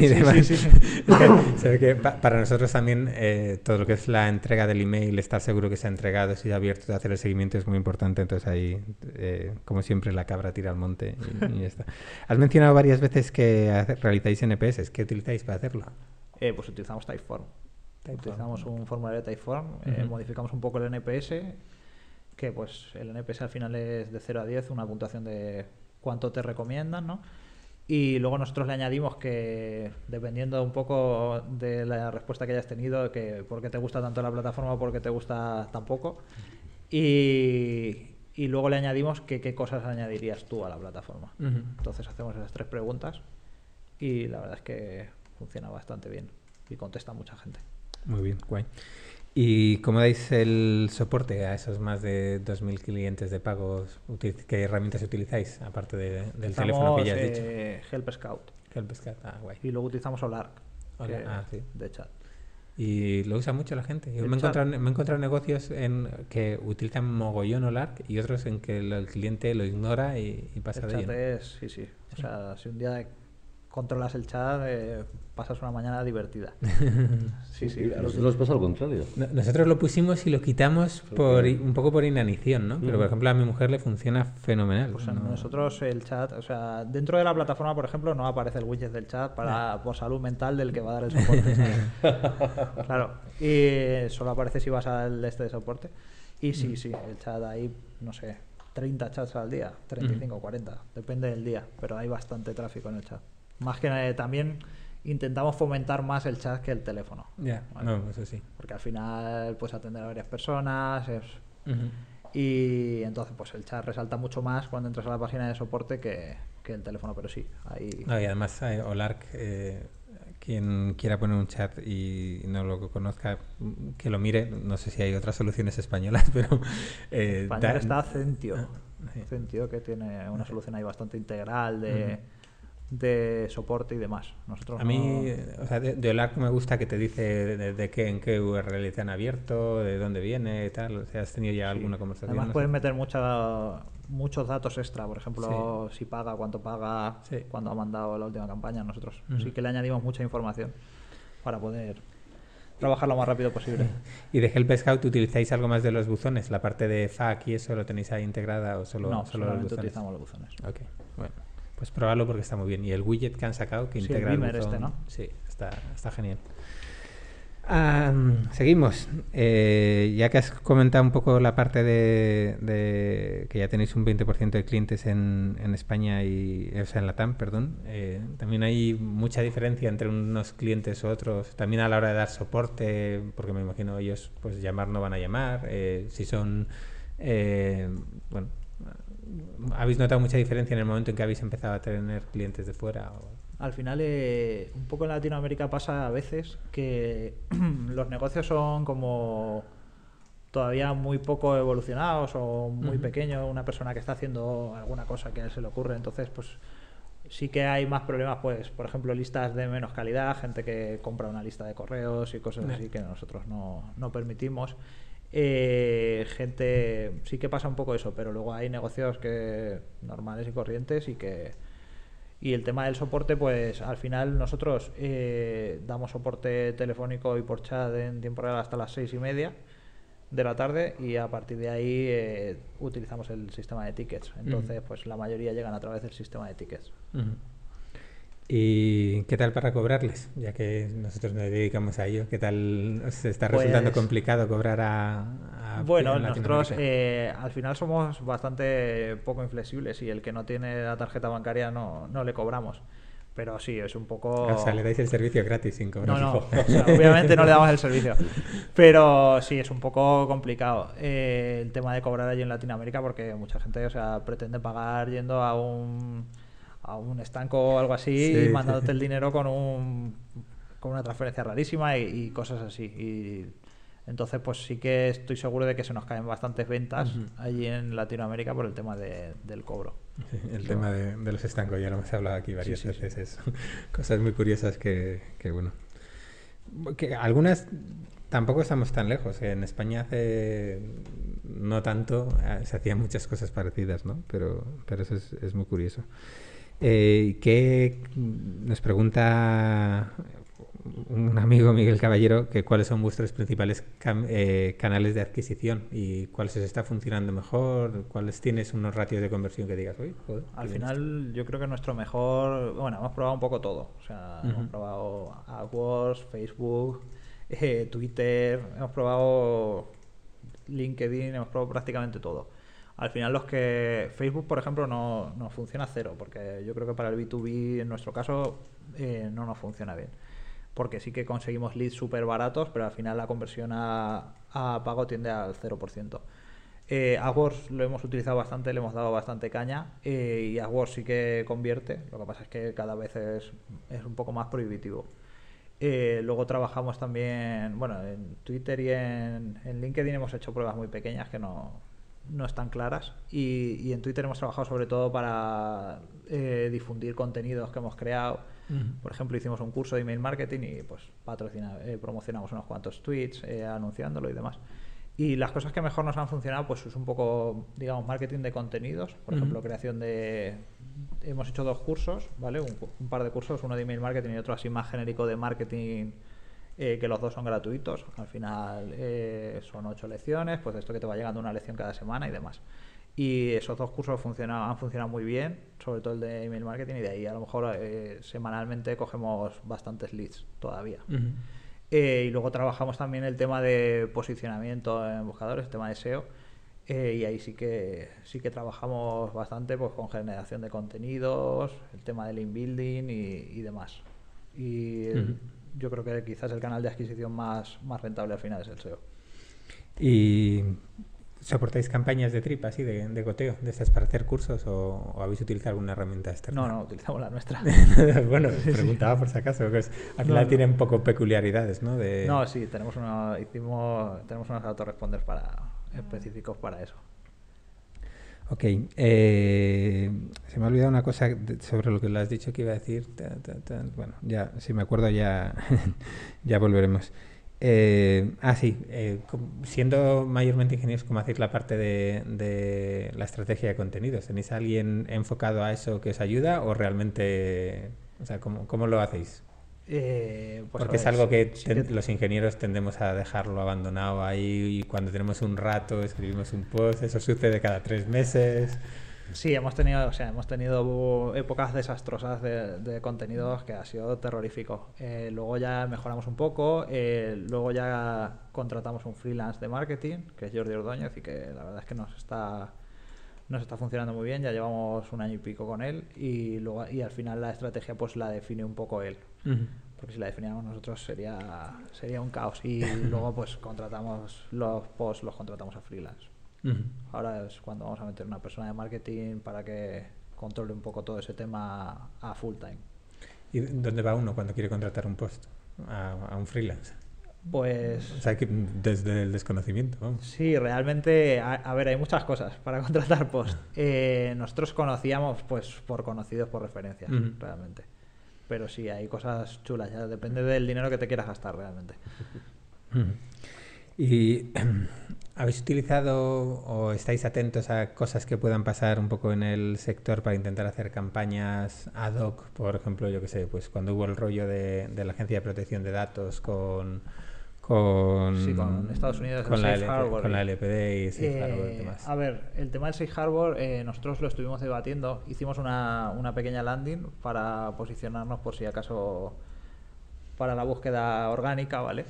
Se ve que para nosotros también todo lo que es la entrega del email, estar seguro que se ha entregado, si ha abierto, hacer el seguimiento es muy importante. Entonces ahí, como siempre, la cabra tira al monte y ya está. Has mencionado varias veces que realizáis NPS. ¿Qué utilizáis para hacerlo? Pues utilizamos Typeform. Utilizamos un formulario de Typeform, modificamos un poco el NPS, que pues el NPS al final es de 0 a 10, una puntuación de cuánto te recomiendan, ¿no? Y luego nosotros le añadimos que, dependiendo un poco de la respuesta que hayas tenido, que por qué te gusta tanto la plataforma o por qué te gusta tan poco, y luego le añadimos que qué cosas añadirías tú a la plataforma. Entonces hacemos esas 3 preguntas y la verdad es que funciona bastante bien y contesta mucha gente. Muy bien, guay. ¿Y cómo dais el soporte a esos más de 2.000 clientes de pagos? ¿Qué herramientas utilizáis, aparte del teléfono que ya has dicho? Help Scout. Help Scout, guay. Y luego utilizamos Olark, sí. de chat. Y lo usa mucho la gente. Yo me he encontrado negocios en que utilizan mogollón Olark y otros en que el cliente lo ignora y pasa de ello. El chat sí. O sea, si un día controlas el chat, pasas una mañana divertida. Sí. A nosotros pasa lo contrario. Nosotros lo pusimos y lo quitamos un poco por inanición, ¿no? Pero, por ejemplo, a mi mujer le funciona fenomenal. Pues nosotros el chat, o sea, dentro de la plataforma, por ejemplo, no aparece el widget del chat por salud mental del que va a dar el soporte. Claro. Y solo aparece si vas al de soporte. Y sí, el chat ahí, no sé, 30 chats al día, 35, 40, depende del día, pero hay bastante tráfico en el chat. Más que también intentamos fomentar más el chat que el teléfono. ¿Vale? No, eso sí. Porque al final puedes atender a varias personas y entonces pues el chat resalta mucho más cuando entras a la página de soporte que el teléfono, pero sí. Ahí... No, y además Olark, quien quiera poner un chat y no lo conozca, que lo mire. No sé si hay otras soluciones españolas, pero... español está Centio. Centio, que tiene una solución ahí bastante integral de soporte y demás. Nosotros a mí, o sea, de Olark me gusta que te dice en qué URL te han abierto, de dónde viene y tal. O sea, ¿has tenido ya alguna conversación? Además puedes meter muchos datos extra, por ejemplo, si paga, cuánto paga, cuándo ha mandado la última campaña. Nosotros sí que le añadimos mucha información para poder trabajar lo más rápido posible. ¿Y de Help Scout utilizáis algo más de los buzones? ¿La parte de FAQ y eso lo tenéis ahí integrada o solo los buzones? Utilizamos los buzones. Ok, bueno. Pues probarlo porque está muy bien. Y el widget que han sacado que integra el buzón, ¿no? Sí, está genial. Seguimos. Ya que has comentado un poco la parte de que ya tenéis un 20% de clientes en España o sea, en Latam, perdón. También hay mucha diferencia entre unos clientes u otros. También a la hora de dar soporte, porque me imagino ellos pues llamar no van a llamar. Si son... bueno... ¿Habéis notado mucha diferencia en el momento en que habéis empezado a tener clientes de fuera? Al final, un poco en Latinoamérica pasa a veces que los negocios son como todavía muy poco evolucionados o muy pequeños, una persona que está haciendo alguna cosa que a él se le ocurre, entonces pues sí que hay más problemas, pues por ejemplo listas de menos calidad, gente que compra una lista de correos y cosas así que nosotros no permitimos. Gente, sí que pasa un poco eso, pero luego hay negocios que normales y corrientes y el tema del soporte, pues al final nosotros damos soporte telefónico y por chat en tiempo real hasta las 6:30 de la tarde, y a partir de ahí utilizamos el sistema de tickets. Entonces, pues la mayoría llegan a través del sistema de tickets. ¿Y qué tal para cobrarles? Ya que nosotros nos dedicamos a ello, ¿qué tal se está resultando complicado cobrar bueno, nosotros al final somos bastante poco inflexibles, y el que no tiene la tarjeta bancaria no le cobramos. Pero sí, es un poco... O sea, le dais el servicio gratis sin cobrar. No, o sea, obviamente no le damos el servicio. Pero sí, es un poco complicado el tema de cobrar allí en Latinoamérica, porque mucha gente, o sea, pretende pagar yendo a un estanco o algo así, y mandándote el dinero con una transferencia rarísima y cosas así. Y entonces, pues sí que estoy seguro de que se nos caen bastantes ventas allí en Latinoamérica por el tema del cobro. Sí, el tema de los estancos, ya lo hemos hablado aquí varias veces. Sí. Cosas muy curiosas que bueno, que algunas tampoco estamos tan lejos. En España hace no tanto se hacían muchas cosas parecidas, ¿no? Pero eso es muy curioso. Que nos pregunta un amigo, Miguel Caballero, que cuáles son vuestros principales canales de adquisición y cuáles os está funcionando mejor, cuáles tienes unos ratios de conversión que digas, oye, joder. Al final yo creo que nuestro mejor, bueno, hemos probado un poco todo, o sea, hemos probado AdWords, Facebook, Twitter, hemos probado LinkedIn, hemos probado prácticamente todo. Al final Facebook, por ejemplo, no funciona cero, porque yo creo que para el B2B, en nuestro caso, no nos funciona bien. Porque sí que conseguimos leads súper baratos, pero al final la conversión a pago tiende al 0%. AdWords lo hemos utilizado bastante, le hemos dado bastante caña, y AdWords sí que convierte, lo que pasa es que cada vez es un poco más prohibitivo. Luego trabajamos también, bueno, en Twitter y en LinkedIn hemos hecho pruebas muy pequeñas que no están claras, y en Twitter hemos trabajado sobre todo para difundir contenidos que hemos creado. Por ejemplo, hicimos un curso de email marketing y pues promocionamos unos cuantos tweets anunciándolo y demás. Y las cosas que mejor nos han funcionado pues es un poco, digamos, marketing de contenidos. Por ejemplo, creación de... Hemos hecho 2 cursos, ¿vale? Un par de cursos, uno de email marketing y otro así más genérico de marketing, que los 2 son gratuitos. Al final son 8 lecciones, pues esto que te va llegando una lección cada semana y demás. Y esos 2 cursos han funcionado muy bien, sobre todo el de email marketing, y de ahí a lo mejor semanalmente cogemos bastantes leads todavía. Y luego trabajamos también el tema de posicionamiento en buscadores, el tema de SEO, y ahí sí que trabajamos bastante pues con generación de contenidos, el tema del link building y demás. Y yo creo que quizás el canal de adquisición más rentable al final es el SEO. Y... ¿soportáis campañas de trip así, de goteo, de estas para hacer cursos, o habéis utilizado alguna herrenta externa? No, utilizamos la nuestra. Bueno, preguntaba por si acaso, porque al final tiene un poco peculiaridades, ¿no? No, sí, tenemos unos autoresponders específicos para eso. Ok, se me ha olvidado una cosa sobre lo que le has dicho que iba a decir. Bueno, ya, si me acuerdo ya volveremos. Siendo mayormente ingenieros, ¿cómo hacéis la parte de la estrategia de contenidos? ¿Tenéis a alguien enfocado a eso que os ayuda o realmente, o sea, cómo lo hacéis? Pues porque es algo que los ingenieros tendemos a dejarlo abandonado ahí, y cuando tenemos un rato escribimos un post, eso sucede cada 3 meses. Sí, hemos tenido épocas desastrosas de contenidos que ha sido terrorífico. Luego ya mejoramos un poco, luego ya contratamos un freelance de marketing, que es Jordi Ordóñez, y que la verdad es que nos está funcionando muy bien. Ya llevamos 1 año y pico con él, y al final la estrategia pues la define un poco él. Porque si la definiéramos nosotros sería un caos. Y luego pues contratamos los posts, los contratamos a freelance. Ahora es cuando vamos a meter una persona de marketing para que controle un poco todo ese tema a full time. ¿Y dónde va uno cuando quiere contratar un post? ¿A un freelance? Pues... O sea, que desde el desconocimiento, vamos. Sí, realmente, a ver, hay muchas cosas para contratar post. Nosotros conocíamos pues por conocidos, por referencias, realmente. Pero sí, hay cosas chulas, ya depende del dinero que te quieras gastar realmente. Y ¿Habéis utilizado o estáis atentos a cosas que puedan pasar un poco en el sector para intentar hacer campañas ad hoc? Por ejemplo, yo que sé, pues cuando hubo el rollo de la Agencia de Protección de Datos con Estados Unidos, con el Safe Harbor. Con la LPD y Safe Harbor y demás. A ver, el tema del Safe Harbor, nosotros lo estuvimos debatiendo. Hicimos una pequeña landing para posicionarnos por si acaso para la búsqueda orgánica, ¿vale?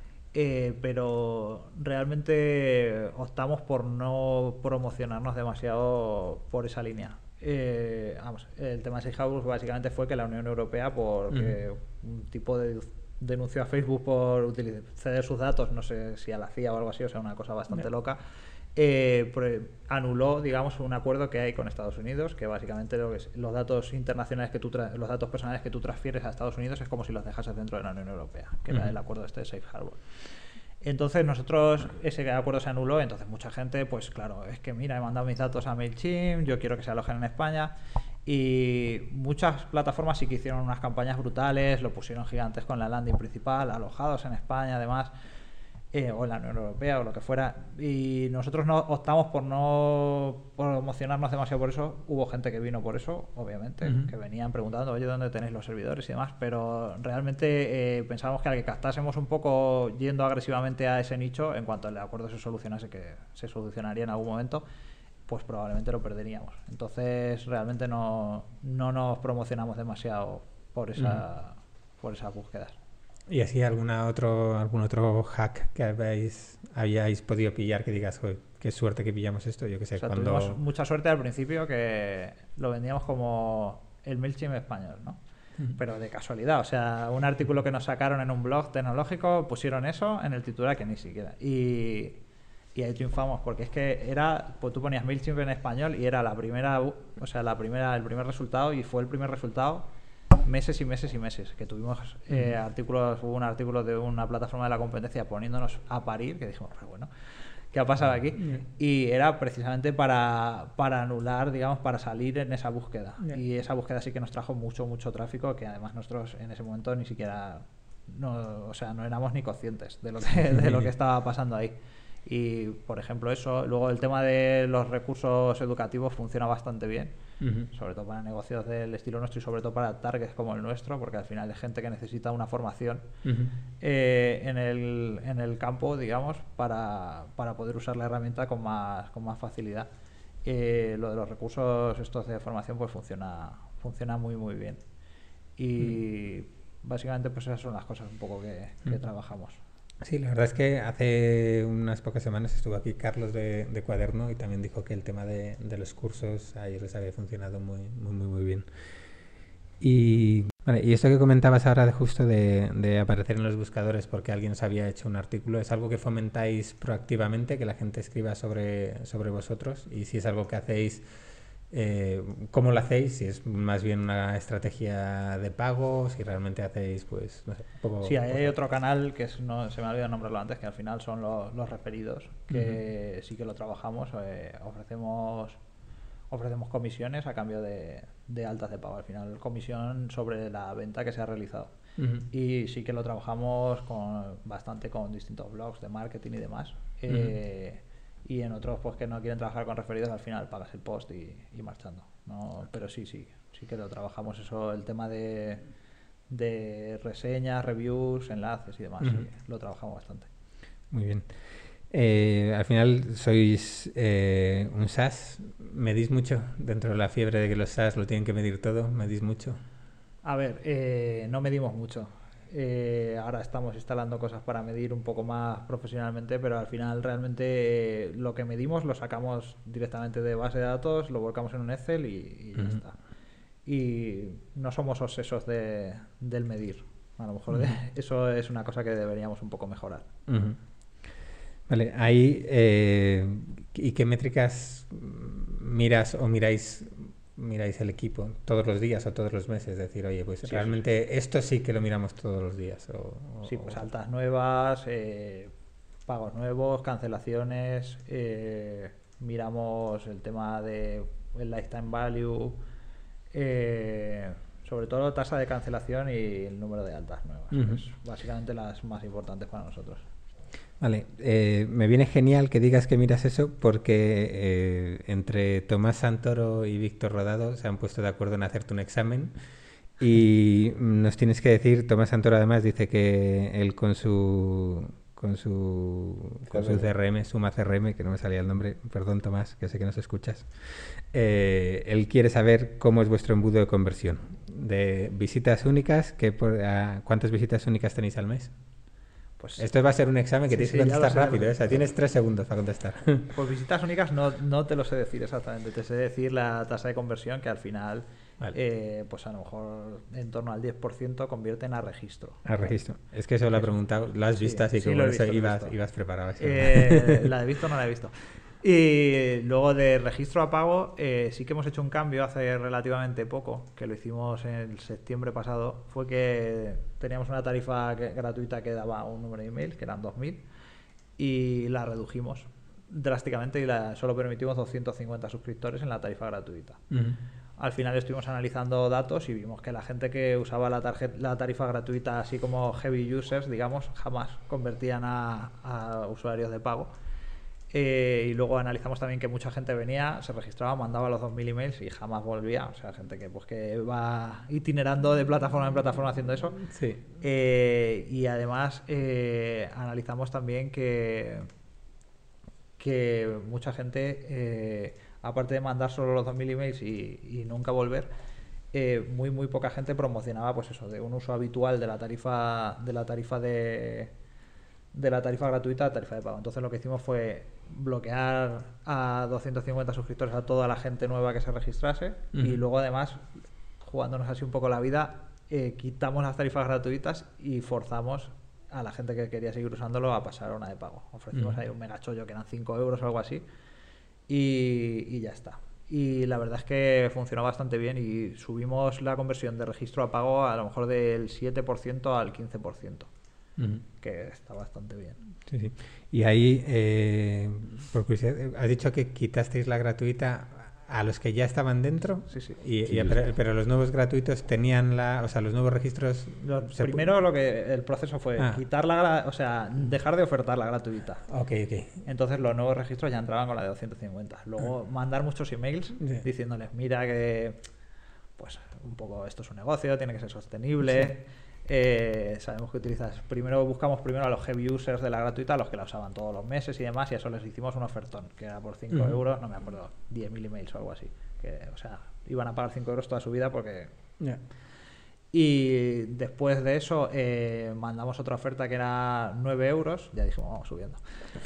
Pero realmente optamos por no promocionarnos demasiado por esa línea. Vamos, el tema de Safe Harbor básicamente fue que la Unión Europea, porque un tipo de denunció a Facebook por ceder sus datos, no sé si a la CIA o algo así, o sea, una cosa bastante loca, anuló, digamos, un acuerdo que hay con Estados Unidos, que básicamente los datos internacionales los datos personales que tú transfieres a Estados Unidos es como si los dejases dentro de la Unión Europea, que era el acuerdo este de Safe Harbor. Entonces nosotros, ese acuerdo se anuló, entonces mucha gente, pues claro, es que mira, he mandado mis datos a MailChimp, yo quiero que se alojen en España, y muchas plataformas sí que hicieron unas campañas brutales, lo pusieron gigantes con la landing principal, alojados en España además, o en la Unión Europea o lo que fuera, y nosotros no optamos por no promocionarnos demasiado por eso. Hubo gente que vino por eso, obviamente, que venían preguntando, oye, ¿dónde tenéis los servidores y demás? Pero realmente pensábamos que al que captásemos un poco yendo agresivamente a ese nicho, en cuanto el acuerdo se solucionase, que se solucionaría en algún momento, pues probablemente lo perderíamos. Entonces realmente no nos promocionamos demasiado por esas búsquedas. ¿Y así algún otro hack que hayáis podido pillar que digas, qué suerte que pillamos esto? Yo que sé, o sea, tuvimos mucha suerte al principio, que lo vendíamos como el MailChimp español, ¿no? Pero de casualidad, o sea, un artículo que nos sacaron en un blog tecnológico, pusieron eso en el titular, que ni siquiera. Y ahí triunfamos, porque es que pues tú ponías MailChimp en español y era el primer resultado, y fue el primer resultado meses y meses y meses, que tuvimos hubo un artículo de una plataforma de la competencia poniéndonos a parir, que dijimos, pero bueno, ¿qué ha pasado aquí? Y era precisamente para anular, digamos, para salir en esa búsqueda. Y esa búsqueda sí que nos trajo mucho tráfico, que además nosotros en ese momento ni siquiera no éramos ni conscientes de lo que estaba pasando ahí. Y por ejemplo eso, luego el tema de los recursos educativos funciona bastante bien, sobre todo para negocios del estilo nuestro y sobre todo para targets como el nuestro, porque al final hay gente que necesita una formación en el campo, digamos, para poder usar la herramienta con más facilidad. Lo de los recursos estos de formación pues funciona muy bien, y básicamente pues esas son las cosas un poco que trabajamos. Sí, la verdad es que hace unas pocas semanas estuvo aquí Carlos de Cuaderno y también dijo que el tema de los cursos a ellos les había funcionado muy bien. Y esto que comentabas ahora justo de aparecer en los buscadores porque alguien os había hecho un artículo, ¿es algo que fomentáis proactivamente, que la gente escriba sobre vosotros? Y si es algo que hacéis, ¿cómo lo hacéis? Si es más bien una estrategia de pago, si realmente hacéis, pues, no sé, un poco... Sí, hay otro canal que se me ha olvidado nombrarlo antes, que al final son los referidos, que sí que lo trabajamos. Ofrecemos comisiones a cambio de altas de pago. Al final, comisión sobre la venta que se ha realizado. Y sí que lo trabajamos bastante con distintos blogs de marketing y demás. Y en otros pues que no quieren trabajar con referidos, al final pagas el post y marchando, ¿no? Pero sí que lo trabajamos eso, el tema de reseñas, reviews, enlaces y demás, sí, lo trabajamos bastante. Muy bien. Al final sois un SaaS. ¿Medís mucho dentro de la fiebre de que los SaaS lo tienen que medir todo? ¿Medís mucho? A ver, no medimos mucho. Ahora estamos instalando cosas para medir un poco más profesionalmente, pero al final realmente lo que medimos lo sacamos directamente de base de datos, lo volcamos en un Excel y ya está. Y no somos obsesos del medir. A lo mejor eso es una cosa que deberíamos un poco mejorar. Vale, ahí, ¿y qué métricas miras o miráis el equipo todos los días o todos los meses? Decir, oye, pues realmente esto sí que lo miramos todos los días. Sí, pues altas nuevas, pagos nuevos, cancelaciones, miramos el tema del lifetime value, sobre todo tasa de cancelación y el número de altas nuevas. Es básicamente las más importantes para nosotros. Vale, me viene genial que digas que miras eso porque entre Tomás Santoro y Víctor Rodado se han puesto de acuerdo en hacerte un examen y nos tienes que decir, Tomás Santoro además dice que él con su CRM, Suma CRM, que no me salía el nombre, perdón Tomás, que sé que nos escuchas, él quiere saber cómo es vuestro embudo de conversión, de visitas únicas, ¿cuántas visitas únicas tenéis al mes? Pues esto va a ser un examen que tienes que contestar rápido, o sea, tienes 3 segundos para contestar. Pues visitas únicas no te lo sé decir exactamente, te sé decir la tasa de conversión que al final, vale. Pues a lo mejor en torno al 10% convierten a registro. A registro. Es que eso lo he preguntado, lo has visto, así que bueno, eso ibas preparado. La de visto no la he visto. Y luego de registro a pago, sí que hemos hecho un cambio hace relativamente poco, que lo hicimos en septiembre pasado, fue que teníamos una tarifa gratuita que daba un número de email, que eran 2.000, y la redujimos drásticamente y solo permitimos 250 suscriptores en la tarifa gratuita. Al final estuvimos analizando datos y vimos que la gente que usaba la tarifa gratuita, así como heavy users, digamos, jamás convertían a usuarios de pago. Y luego analizamos también que mucha gente venía, se registraba, mandaba los 2.000 emails y jamás volvía. O sea, gente que va itinerando de plataforma en plataforma haciendo eso. Sí. Y además analizamos también que mucha gente, aparte de mandar solo los 2.000 emails y nunca volver, muy poca gente promocionaba pues eso, de un uso habitual de la tarifa gratuita a tarifa de pago. Entonces lo que hicimos fue bloquear a 250 suscriptores, a toda la gente nueva que se registrase, y luego además, jugándonos así un poco la vida, quitamos las tarifas gratuitas y forzamos a la gente que quería seguir usándolo a pasar a una de pago. Ofrecimos ahí un mega chollo que eran 5 euros o algo así y ya está. Y la verdad es que funcionó bastante bien y subimos la conversión de registro a pago a lo mejor del 7% al 15%. Que está bastante bien. Sí, sí. Y ahí, por curiosidad, has dicho que quitasteis la gratuita a los que ya estaban dentro. Sí. Pero los nuevos gratuitos tenían los nuevos registros. Primero el proceso fue dejar de ofertar la gratuita. Ok. Entonces los nuevos registros ya entraban con la de 250. Luego mandar muchos emails diciéndoles, mira que pues un poco esto es un negocio, tiene que ser sostenible. Sí. Sabemos que buscamos primero a los heavy users de la gratuita, a los que la usaban todos los meses y demás, y a eso les hicimos un ofertón que era por 5 euros, no me acuerdo, 10.000 emails o algo así, que, o sea, iban a pagar 5 euros toda su vida porque... Y después de eso mandamos otra oferta que era 9 euros, ya dijimos vamos subiendo.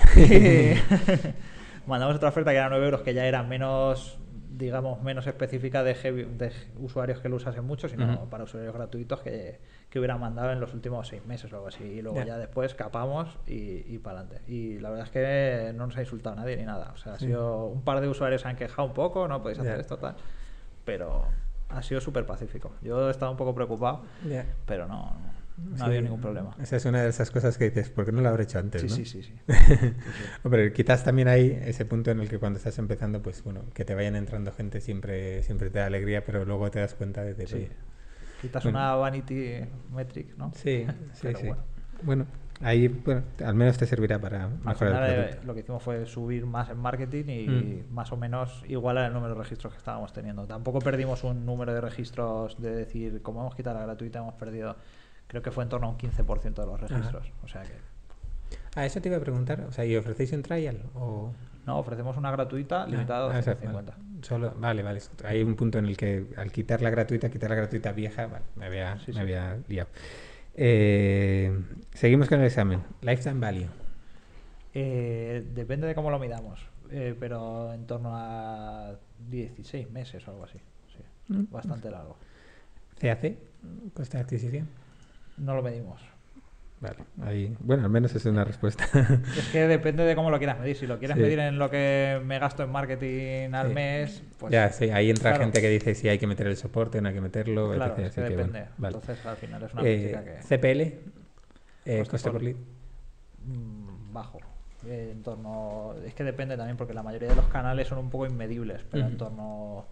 Mandamos otra oferta que era 9 euros, que ya era menos específica de usuarios que lo usasen mucho, sino para usuarios gratuitos que hubieran mandado en los últimos 6 meses o algo así. Y luego ya después capamos y para adelante. Y la verdad es que no nos ha insultado nadie ni nada. O sea, ha sido un par de usuarios se han quejado un poco, no podéis hacer esto, tal. Pero ha sido súper pacífico. Yo he estado un poco preocupado, pero no ha habido ningún problema. Esa es una de esas cosas que dices, ¿por qué no lo habré hecho antes? ¿no? Sí. Pero quizás también hay ese punto en el que cuando estás empezando, pues bueno, que te vayan entrando gente siempre te da alegría, pero luego te das cuenta de que... Quitas una vanity metric, ¿no? Sí. Bueno, ahí al menos te servirá para mejorar el producto. Lo que hicimos fue subir más en marketing y más o menos igualar el número de registros que estábamos teniendo. Tampoco perdimos un número de registros de decir, como hemos quitado la gratuita, hemos perdido... Creo que fue en torno a un 15% de los registros. O sea que... eso te iba a preguntar. O sea, ¿y ofrecéis un trial? O... No, ofrecemos una gratuita limitada a 250. Vale. Hay un punto en el que al quitar la gratuita vieja, me había liado. Seguimos con el examen. Lifetime value. Depende de cómo lo midamos. Pero en torno a 16 meses o algo así. Sí, bastante largo. ¿CAC? ¿Coste de adquisición? No lo medimos. Vale, ahí, bueno, al menos es una respuesta. Es que depende de cómo lo quieras medir. Si lo quieres medir en lo que me gasto en marketing al mes, pues... Ya, sí, ahí entra gente que dice si hay que meter el soporte, no hay que meterlo. Claro, etc. es que depende. Vale. Entonces, al final es una práctica que... CPL, coste por lead. Bajo. En torno... Es que depende también, porque la mayoría de los canales son un poco inmedibles, pero en torno...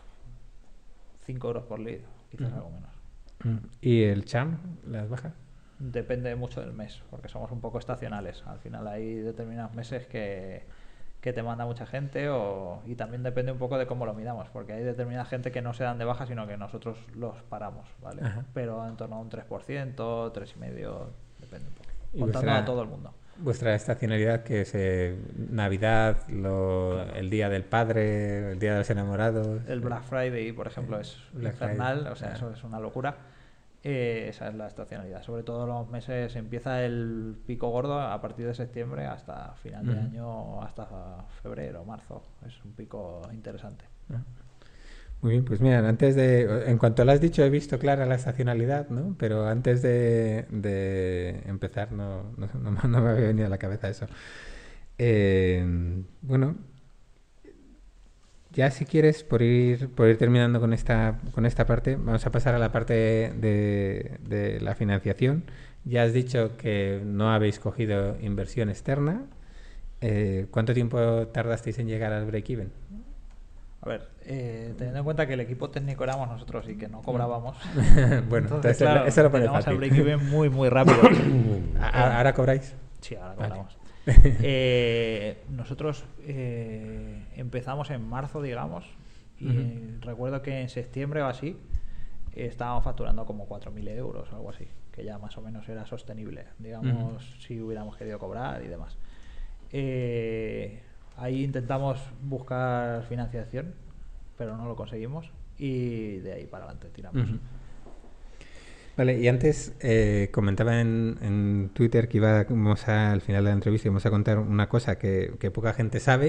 5 euros por lead, quizás algo menos. ¿Y el churn, las bajas? depende mucho del mes, porque somos un poco estacionales. Al final hay determinados meses que te manda mucha gente y también depende un poco de cómo lo midamos, porque hay determinada gente que no se dan de baja, sino que nosotros los paramos, ¿vale? Ajá. Pero en torno a un 3%, 3,5%, depende un poco. ¿Y Contando a todo el mundo. Vuestra estacionalidad, que es Navidad, el Día del Padre, el Día de los Enamorados? El Black Friday, por ejemplo, es Black infernal, Friday. o sea, eso es una locura. Esa es la estacionalidad. Sobre todo los meses, empieza el pico gordo a partir de septiembre hasta final de año, hasta febrero, marzo. Es un pico interesante. Muy bien, pues mira, en cuanto lo has dicho, he visto clara la estacionalidad, ¿no? Pero antes de empezar no me había venido a la cabeza eso. Bueno, ya si quieres, por ir terminando con esta parte, vamos a pasar a la parte de la financiación. Ya has dicho que no habéis cogido inversión externa. ¿Cuánto tiempo tardasteis en llegar al break-even? A ver, teniendo en cuenta que el equipo técnico éramos nosotros y que no cobrábamos, bueno, entonces claro, eso lo pone llegamos fácil. al break-even muy, muy rápido. ¿Ahora cobráis? Sí, ahora Vale. cobramos. Nosotros empezamos en marzo, digamos, y recuerdo que en septiembre o así estábamos facturando como 4.000 euros o algo así, que ya más o menos era sostenible, digamos, si hubiéramos querido cobrar y demás. Ahí intentamos buscar financiación, pero no lo conseguimos, y de ahí para adelante tiramos. Vale, y antes comentaba en Twitter que íbamos al final de la entrevista íbamos a contar una cosa que poca gente sabe,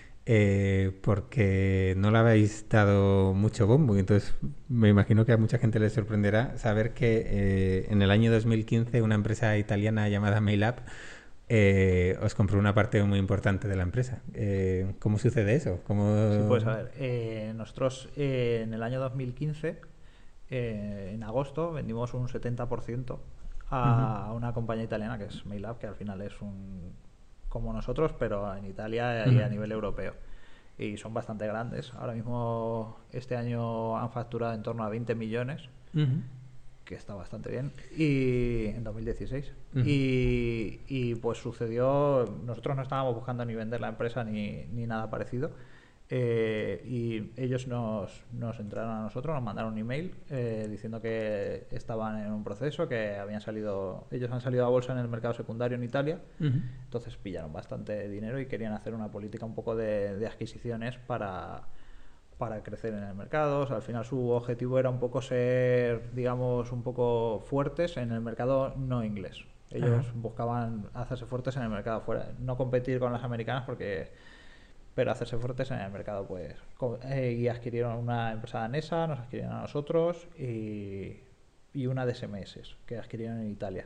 porque no le habéis dado mucho bombo, y entonces me imagino que a mucha gente le sorprenderá saber que en el año 2015 una empresa italiana llamada MailUp os compró una parte muy importante de la empresa. ¿Cómo sucede eso? Sí, pues a ver, nosotros en el año 2015, en agosto, vendimos un 70% a una compañía italiana que es MailUp, que al final es como nosotros, pero en Italia y a nivel europeo. Y son bastante grandes. Ahora mismo, este año han facturado en torno a 20 millones. Que está bastante bien, y en 2016 y pues sucedió, nosotros no estábamos buscando ni vender la empresa ni nada parecido, y ellos nos entraron a nosotros, nos mandaron un email diciendo que estaban en un proceso, que ellos han salido a bolsa en el mercado secundario en Italia. Entonces pillaron bastante dinero y querían hacer una política un poco de adquisiciones para crecer en el mercado. O sea, al final su objetivo era un poco ser, digamos, un poco fuertes en el mercado no inglés. Ellos buscaban hacerse fuertes en el mercado fuera, no competir con las americanas pero hacerse fuertes en el mercado, pues. Y adquirieron una empresa danesa, nos adquirieron a nosotros y una de SMS que adquirieron en Italia.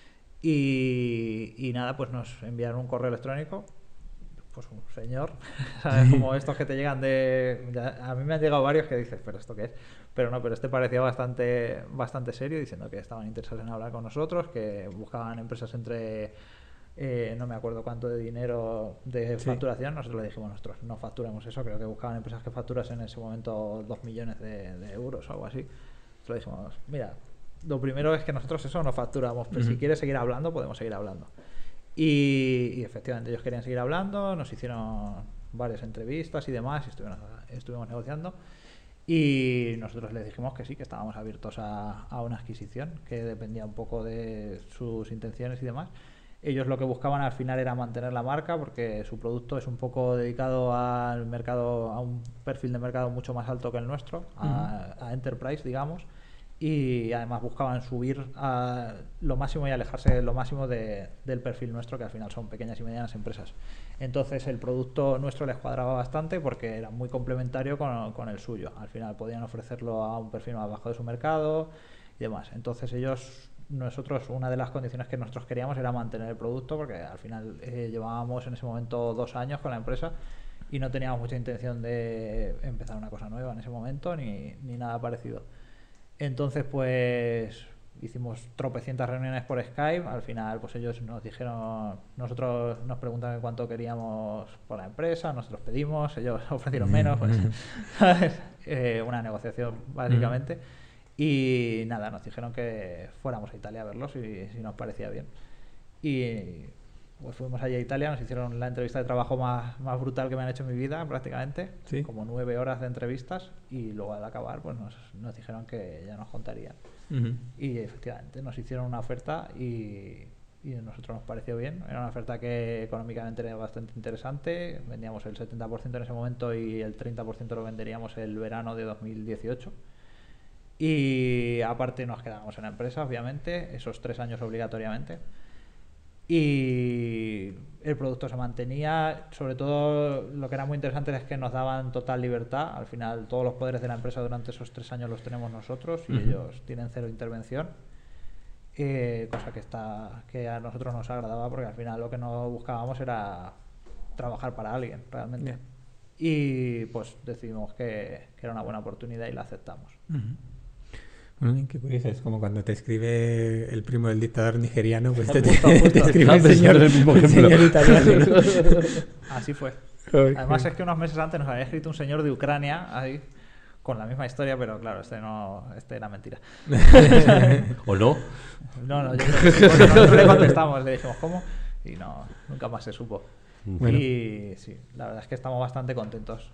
Y nada, pues nos enviaron un correo electrónico. Pues un señor, ¿sabes? Como estos que te llegan a mí me han llegado varios que dices, ¿pero esto qué es? Pero este parecía bastante serio, diciendo que estaban interesados en hablar con nosotros, que buscaban empresas entre no me acuerdo cuánto de dinero de facturación. Nosotros le dijimos, nosotros no facturamos eso, creo que buscaban empresas que facturasen en ese momento 2 millones de euros o algo así. Nosotros le dijimos, mira, lo primero es que nosotros eso no facturamos, pero si quieres seguir hablando, podemos seguir hablando. Y efectivamente ellos querían seguir hablando, nos hicieron varias entrevistas y demás, y estuvimos negociando, y nosotros les dijimos que sí, que estábamos abiertos a una adquisición, que dependía un poco de sus intenciones y demás. Ellos lo que buscaban al final era mantener la marca, porque su producto es un poco dedicado al mercado, a un perfil de mercado mucho más alto que el nuestro, a Enterprise, digamos. Y además buscaban subir a lo máximo y alejarse lo máximo del perfil nuestro, que al final son pequeñas y medianas empresas. Entonces el producto nuestro les cuadraba bastante porque era muy complementario con el suyo. Al final podían ofrecerlo a un perfil más bajo de su mercado y demás. Entonces nosotros, una de las condiciones que nosotros queríamos era mantener el producto, porque al final llevábamos en ese momento 2 años con la empresa y no teníamos mucha intención de empezar una cosa nueva en ese momento ni nada parecido. Entonces, pues hicimos tropecientas reuniones por Skype. Al final, pues ellos nos dijeron, nosotros nos preguntan cuánto queríamos por la empresa, nosotros pedimos, ellos ofrecieron menos, pues, ¿sabes? Una negociación básicamente. Y nada, nos dijeron que fuéramos a Italia a verlos si nos parecía bien. Y pues fuimos allí a Italia, nos hicieron la entrevista de trabajo más brutal que me han hecho en mi vida, prácticamente. ¿Sí? Como 9 horas de entrevistas, y luego al acabar pues nos dijeron que ya nos contarían. Y efectivamente nos hicieron una oferta y a nosotros nos pareció bien. Era una oferta que económicamente era bastante interesante. Vendíamos el 70% en ese momento y el 30% lo venderíamos el verano de 2018. Y aparte nos quedábamos en la empresa, obviamente, esos 3 años obligatoriamente. Y el producto se mantenía. Sobre todo lo que era muy interesante es que nos daban total libertad. Al final todos los poderes de la empresa durante esos 3 años los tenemos nosotros y ellos tienen 0 intervención, cosa que a nosotros nos agradaba, porque al final lo que no buscábamos era trabajar para alguien realmente. Y pues decidimos que era una buena oportunidad y la aceptamos. Bueno, qué curioso, es como cuando te escribe el primo del dictador nigeriano, pues te Justo. escribe el señor italiano, ¿no? Así fue. Ay, Además es que unos meses antes nos había escrito un señor de Ucrania ahí, con la misma historia, pero claro, este era mentira. ¿O no? No, yo creo que bueno, nosotros le contestamos, le dijimos ¿cómo? Y no, nunca más se supo. Bueno. Y sí, la verdad es que estamos bastante contentos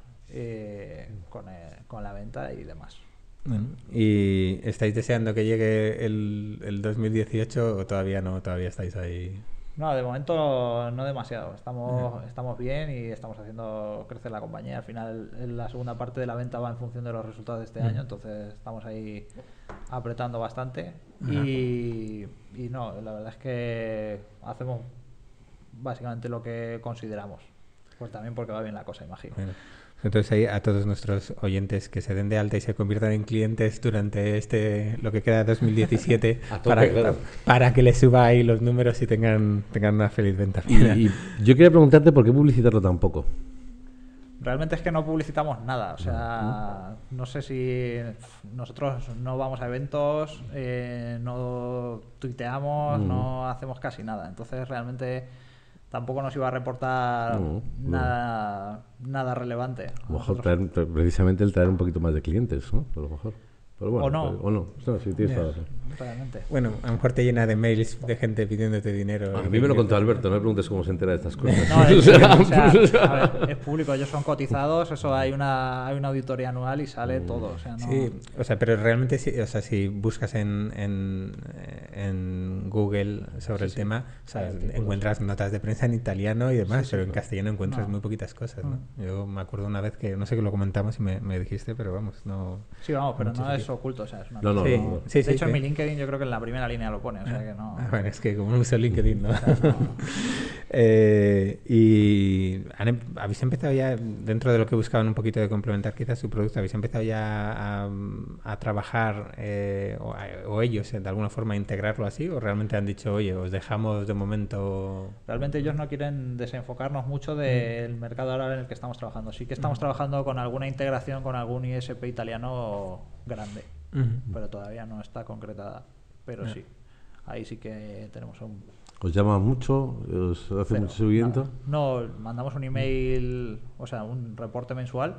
con la venta y demás. Bueno, ¿y estáis deseando que llegue el 2018 o todavía no? Todavía estáis ahí. No, de momento no demasiado. Estamos bien y estamos haciendo crecer la compañía. Al final, la segunda parte de la venta va en función de los resultados de este año, entonces estamos ahí apretando bastante. Y no, la verdad es que hacemos básicamente lo que consideramos. Pues también porque va bien la cosa, imagino. Bueno. Entonces ahí a todos nuestros oyentes que se den de alta y se conviertan en clientes durante lo que queda de 2017 para que les suba ahí los números y tengan una feliz venta final. Y yo quería preguntarte por qué publicitarlo tan poco. Realmente es que no publicitamos nada, o sea, no sé si nosotros no vamos a eventos, no tuiteamos, no hacemos casi nada, entonces realmente tampoco nos iba a reportar nada relevante. A lo mejor precisamente el traer un poquito más de clientes, ¿no? A lo mejor. Pero bueno, o no. Sí, tienes toda la razón. Realmente. Bueno, a lo mejor te llena de mails de gente pidiéndote dinero. A mí me lo contó Alberto, no me preguntes cómo se entera de estas cosas. No, a ver, es público, ellos son cotizados, eso hay una auditoría anual y sale todo. O sea, no... Sí, o sea, pero realmente si buscas en Google sobre el tema, o sea, encuentras notas de prensa en italiano y demás, pero en castellano encuentras muy poquitas cosas, ¿no? Yo me acuerdo una vez que, no sé, que lo comentamos y me dijiste, pero vamos, no... Sí, vamos, pero no es oculto, o sea, es una No. de hecho, en mi LinkedIn yo creo que en la primera línea lo pone, o sea que no... Bueno, es que como no uso LinkedIn, ¿no? O sea, no... Y habéis empezado ya, dentro de lo que buscaban un poquito de complementar quizás su producto, habéis empezado ya a trabajar o ellos de alguna forma a integrarlo así, o realmente han dicho, oye, os dejamos de momento... Realmente ellos no quieren desenfocarnos mucho del mercado ahora en el que estamos trabajando. Sí que estamos trabajando con alguna integración con algún ISP italiano grande, pero todavía no está concretada. Pero sí, ahí sí que tenemos un... ¿Os llama mucho? ¿Os hace mucho seguimiento? No, mandamos un email, o sea, un reporte mensual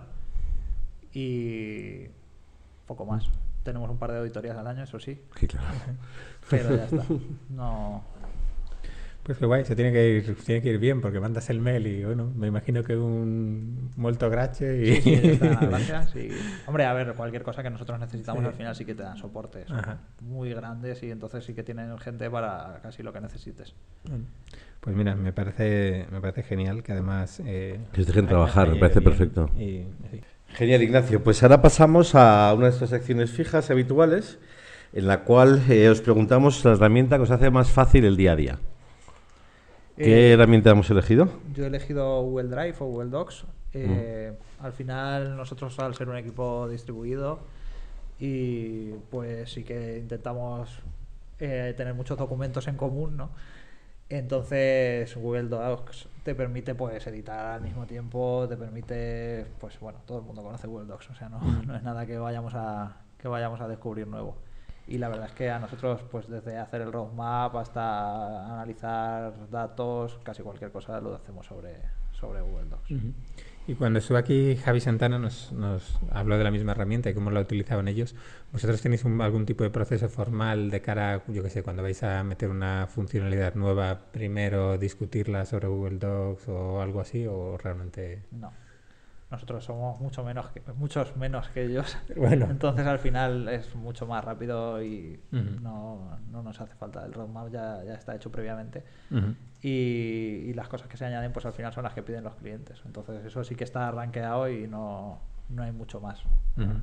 y poco más. Tenemos un par de auditorías al año, eso sí. Sí, claro. Pero ya está. No... Pues que guay, se tiene que ir bien porque mandas el mail y bueno, me imagino que un molto grazie y... Sí, gracias. Sí. Hombre, a ver, cualquier cosa que nosotros necesitamos al final sí que te dan soporte. Son muy grandes y entonces sí que tienen gente para casi lo que necesites. Pues mira, me parece genial que además... que os dejen trabajar, me parece perfecto. Sí. Genial, Ignacio. Pues ahora pasamos a una de estas secciones fijas habituales en la cual os preguntamos la herramienta que os hace más fácil el día a día. ¿Qué herramienta hemos elegido? Yo he elegido Google Drive o Google Docs. Al final nosotros, al ser un equipo distribuido, y pues sí que intentamos tener muchos documentos en común, ¿no? Entonces Google Docs te permite pues editar al mismo tiempo, te permite, pues bueno, todo el mundo conoce Google Docs, o sea, no es nada que vayamos a descubrir nuevo. Y la verdad es que a nosotros, pues desde hacer el roadmap hasta analizar datos, casi cualquier cosa lo hacemos sobre Google Docs. Y cuando estuvo aquí Javi Santana nos habló de la misma herramienta y cómo la utilizaban ellos. ¿Vosotros tenéis algún tipo de proceso formal de cara, yo qué sé, cuando vais a meter una funcionalidad nueva, primero discutirla sobre Google Docs o algo así, o realmente...? No. Nosotros somos muchos menos que ellos. Bueno. Entonces al final es mucho más rápido y Uh-huh. no nos hace falta. El roadmap ya está hecho previamente. Uh-huh. Y las cosas que se añaden pues al final son las que piden los clientes. Entonces eso sí que está rankeado y no hay mucho más. Uh-huh.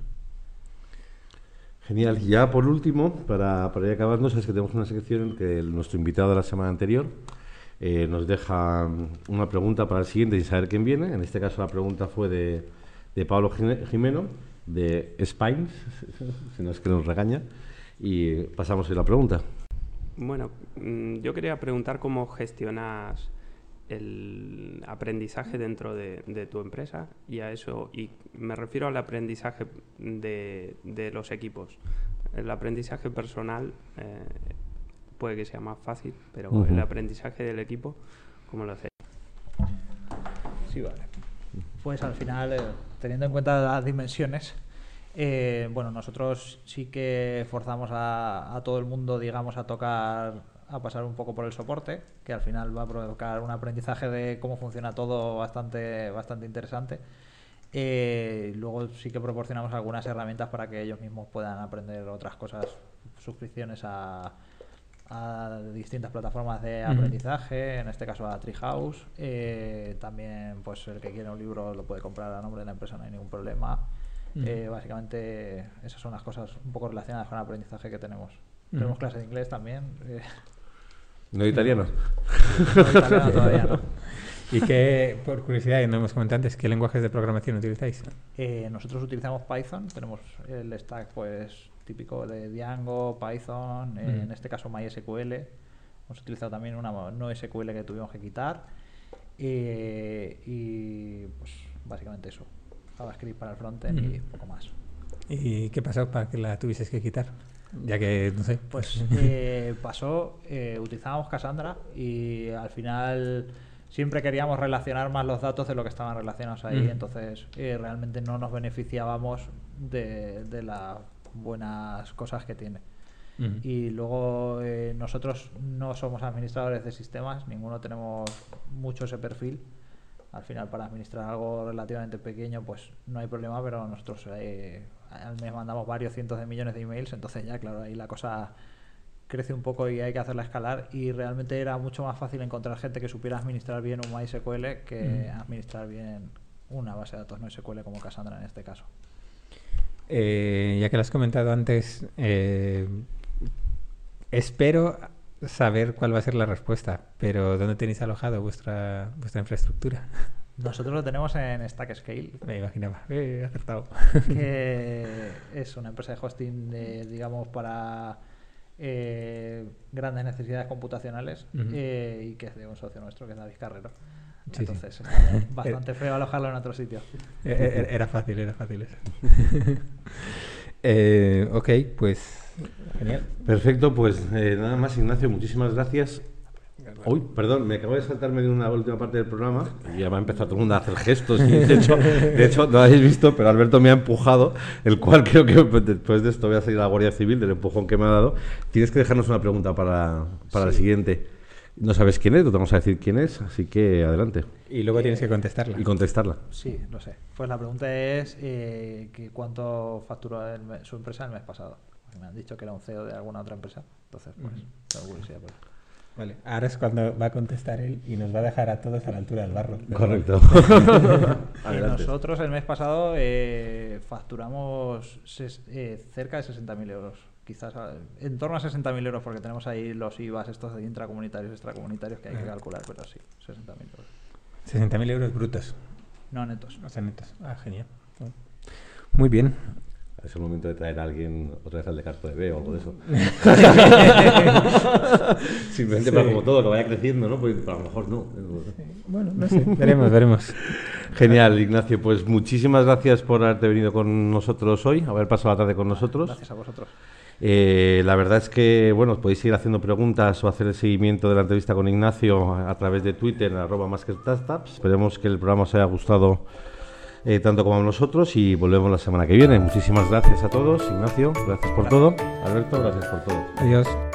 Genial. Ya por último, para ir acabando, sabes que tenemos una sección que nuestro invitado de la semana anterior nos deja una pregunta para el siguiente sin saber quién viene. En este caso la pregunta fue de Pablo Jimeno, de Spines, si no es que nos regaña, y pasamos a la pregunta. Bueno, yo quería preguntar cómo gestionas el aprendizaje dentro de tu empresa y me refiero al aprendizaje de los equipos. El aprendizaje personal puede que sea más fácil, pero Uh-huh. el aprendizaje del equipo, ¿cómo lo hacéis? Sí, vale. Pues al final, teniendo en cuenta las dimensiones, bueno, nosotros sí que forzamos a todo el mundo, digamos, a pasar un poco por el soporte, que al final va a provocar un aprendizaje de cómo funciona todo bastante interesante. Luego sí que proporcionamos algunas herramientas para que ellos mismos puedan aprender otras cosas, suscripciones a distintas plataformas de aprendizaje, en este caso a Treehouse. También pues el que quiera un libro lo puede comprar a nombre de la empresa, no hay ningún problema. Básicamente esas son las cosas un poco relacionadas con el aprendizaje que tenemos. Tenemos clases de inglés también. ¿No italiano? No, italiano todavía no. Y que, por curiosidad, y no hemos comentado antes, ¿qué lenguajes de programación utilizáis? Nosotros utilizamos Python, tenemos el stack pues típico de Django, Python, en este caso MySQL. Hemos utilizado también una NoSQL que tuvimos que quitar. Y pues básicamente eso. JavaScript para el frontend y poco más. ¿Y qué pasó para que la tuvieses que quitar? Ya que, no sé. Pues utilizábamos Cassandra y al final siempre queríamos relacionar más los datos de lo que estaban relacionados ahí, entonces realmente no nos beneficiábamos de las buenas cosas que tiene. Y luego nosotros no somos administradores de sistemas, ninguno tenemos mucho ese perfil. Al final, para administrar algo relativamente pequeño pues no hay problema, pero nosotros al mes mandamos varios cientos de millones de emails, entonces ya claro, ahí la cosa crece un poco y hay que hacerla escalar, y realmente era mucho más fácil encontrar gente que supiera administrar bien un MySQL que administrar bien una base de datos no SQL como Cassandra en este caso. Ya que lo has comentado antes, espero saber cuál va a ser la respuesta, pero ¿dónde tenéis alojado vuestra infraestructura? Nosotros lo tenemos en StackScale. Me imaginaba, he acertado. Que es una empresa de hosting, digamos, para grandes necesidades computacionales, y que es de un socio nuestro, que es David Carrero. Sí, entonces sí. Es bastante feo alojarlo en otro sitio. Era fácil eso. Ok, pues genial. Perfecto, pues nada más, Ignacio, muchísimas gracias. Uy, perdón, me acabo de saltarme de una última parte del programa y ya va a empezar todo el mundo a hacer gestos y de hecho no lo habéis visto, pero Alberto me ha empujado, el cual creo que después de esto voy a salir a la Guardia Civil del empujón que me ha dado. Tienes que dejarnos una pregunta para el siguiente. No sabes quién es, te vamos a decir quién es, así que adelante. Y luego tienes que contestarla. Y contestarla. Sí, lo sé. Pues la pregunta es que ¿cuánto facturó su empresa el mes pasado? Porque me han dicho que era un CEO de alguna otra empresa, entonces pues tengo curiosidad por eso. Vale, ahora es cuando va a contestar él y nos va a dejar a todos a la altura del barro. Correcto. Y nosotros el mes pasado facturamos cerca de 60.000 euros. Quizás en torno a 60.000 euros, porque tenemos ahí los IVAs estos de intracomunitarios, extracomunitarios, que hay que calcular, pero sí, 60.000 euros. 60.000 euros brutos. No netos. O sea, netos. Ah, genial. Muy bien. Es el momento de traer a alguien otra vez al de Carto de B o algo de eso. Simplemente para como todo, que vaya creciendo, ¿no? Pues a lo mejor no. Bueno, no sé. Veremos. Genial, Ignacio. Pues muchísimas gracias por haberte venido con nosotros hoy, haber pasado la tarde con nosotros. Gracias a vosotros. La verdad es que, bueno, podéis seguir haciendo preguntas o hacer el seguimiento de la entrevista con Ignacio a través de Twitter, @maskerstartups. Esperemos que el programa os haya gustado tanto como a nosotros, y volvemos la semana que viene. Muchísimas gracias a todos. Ignacio, gracias por todo. Alberto, gracias por todo. Adiós.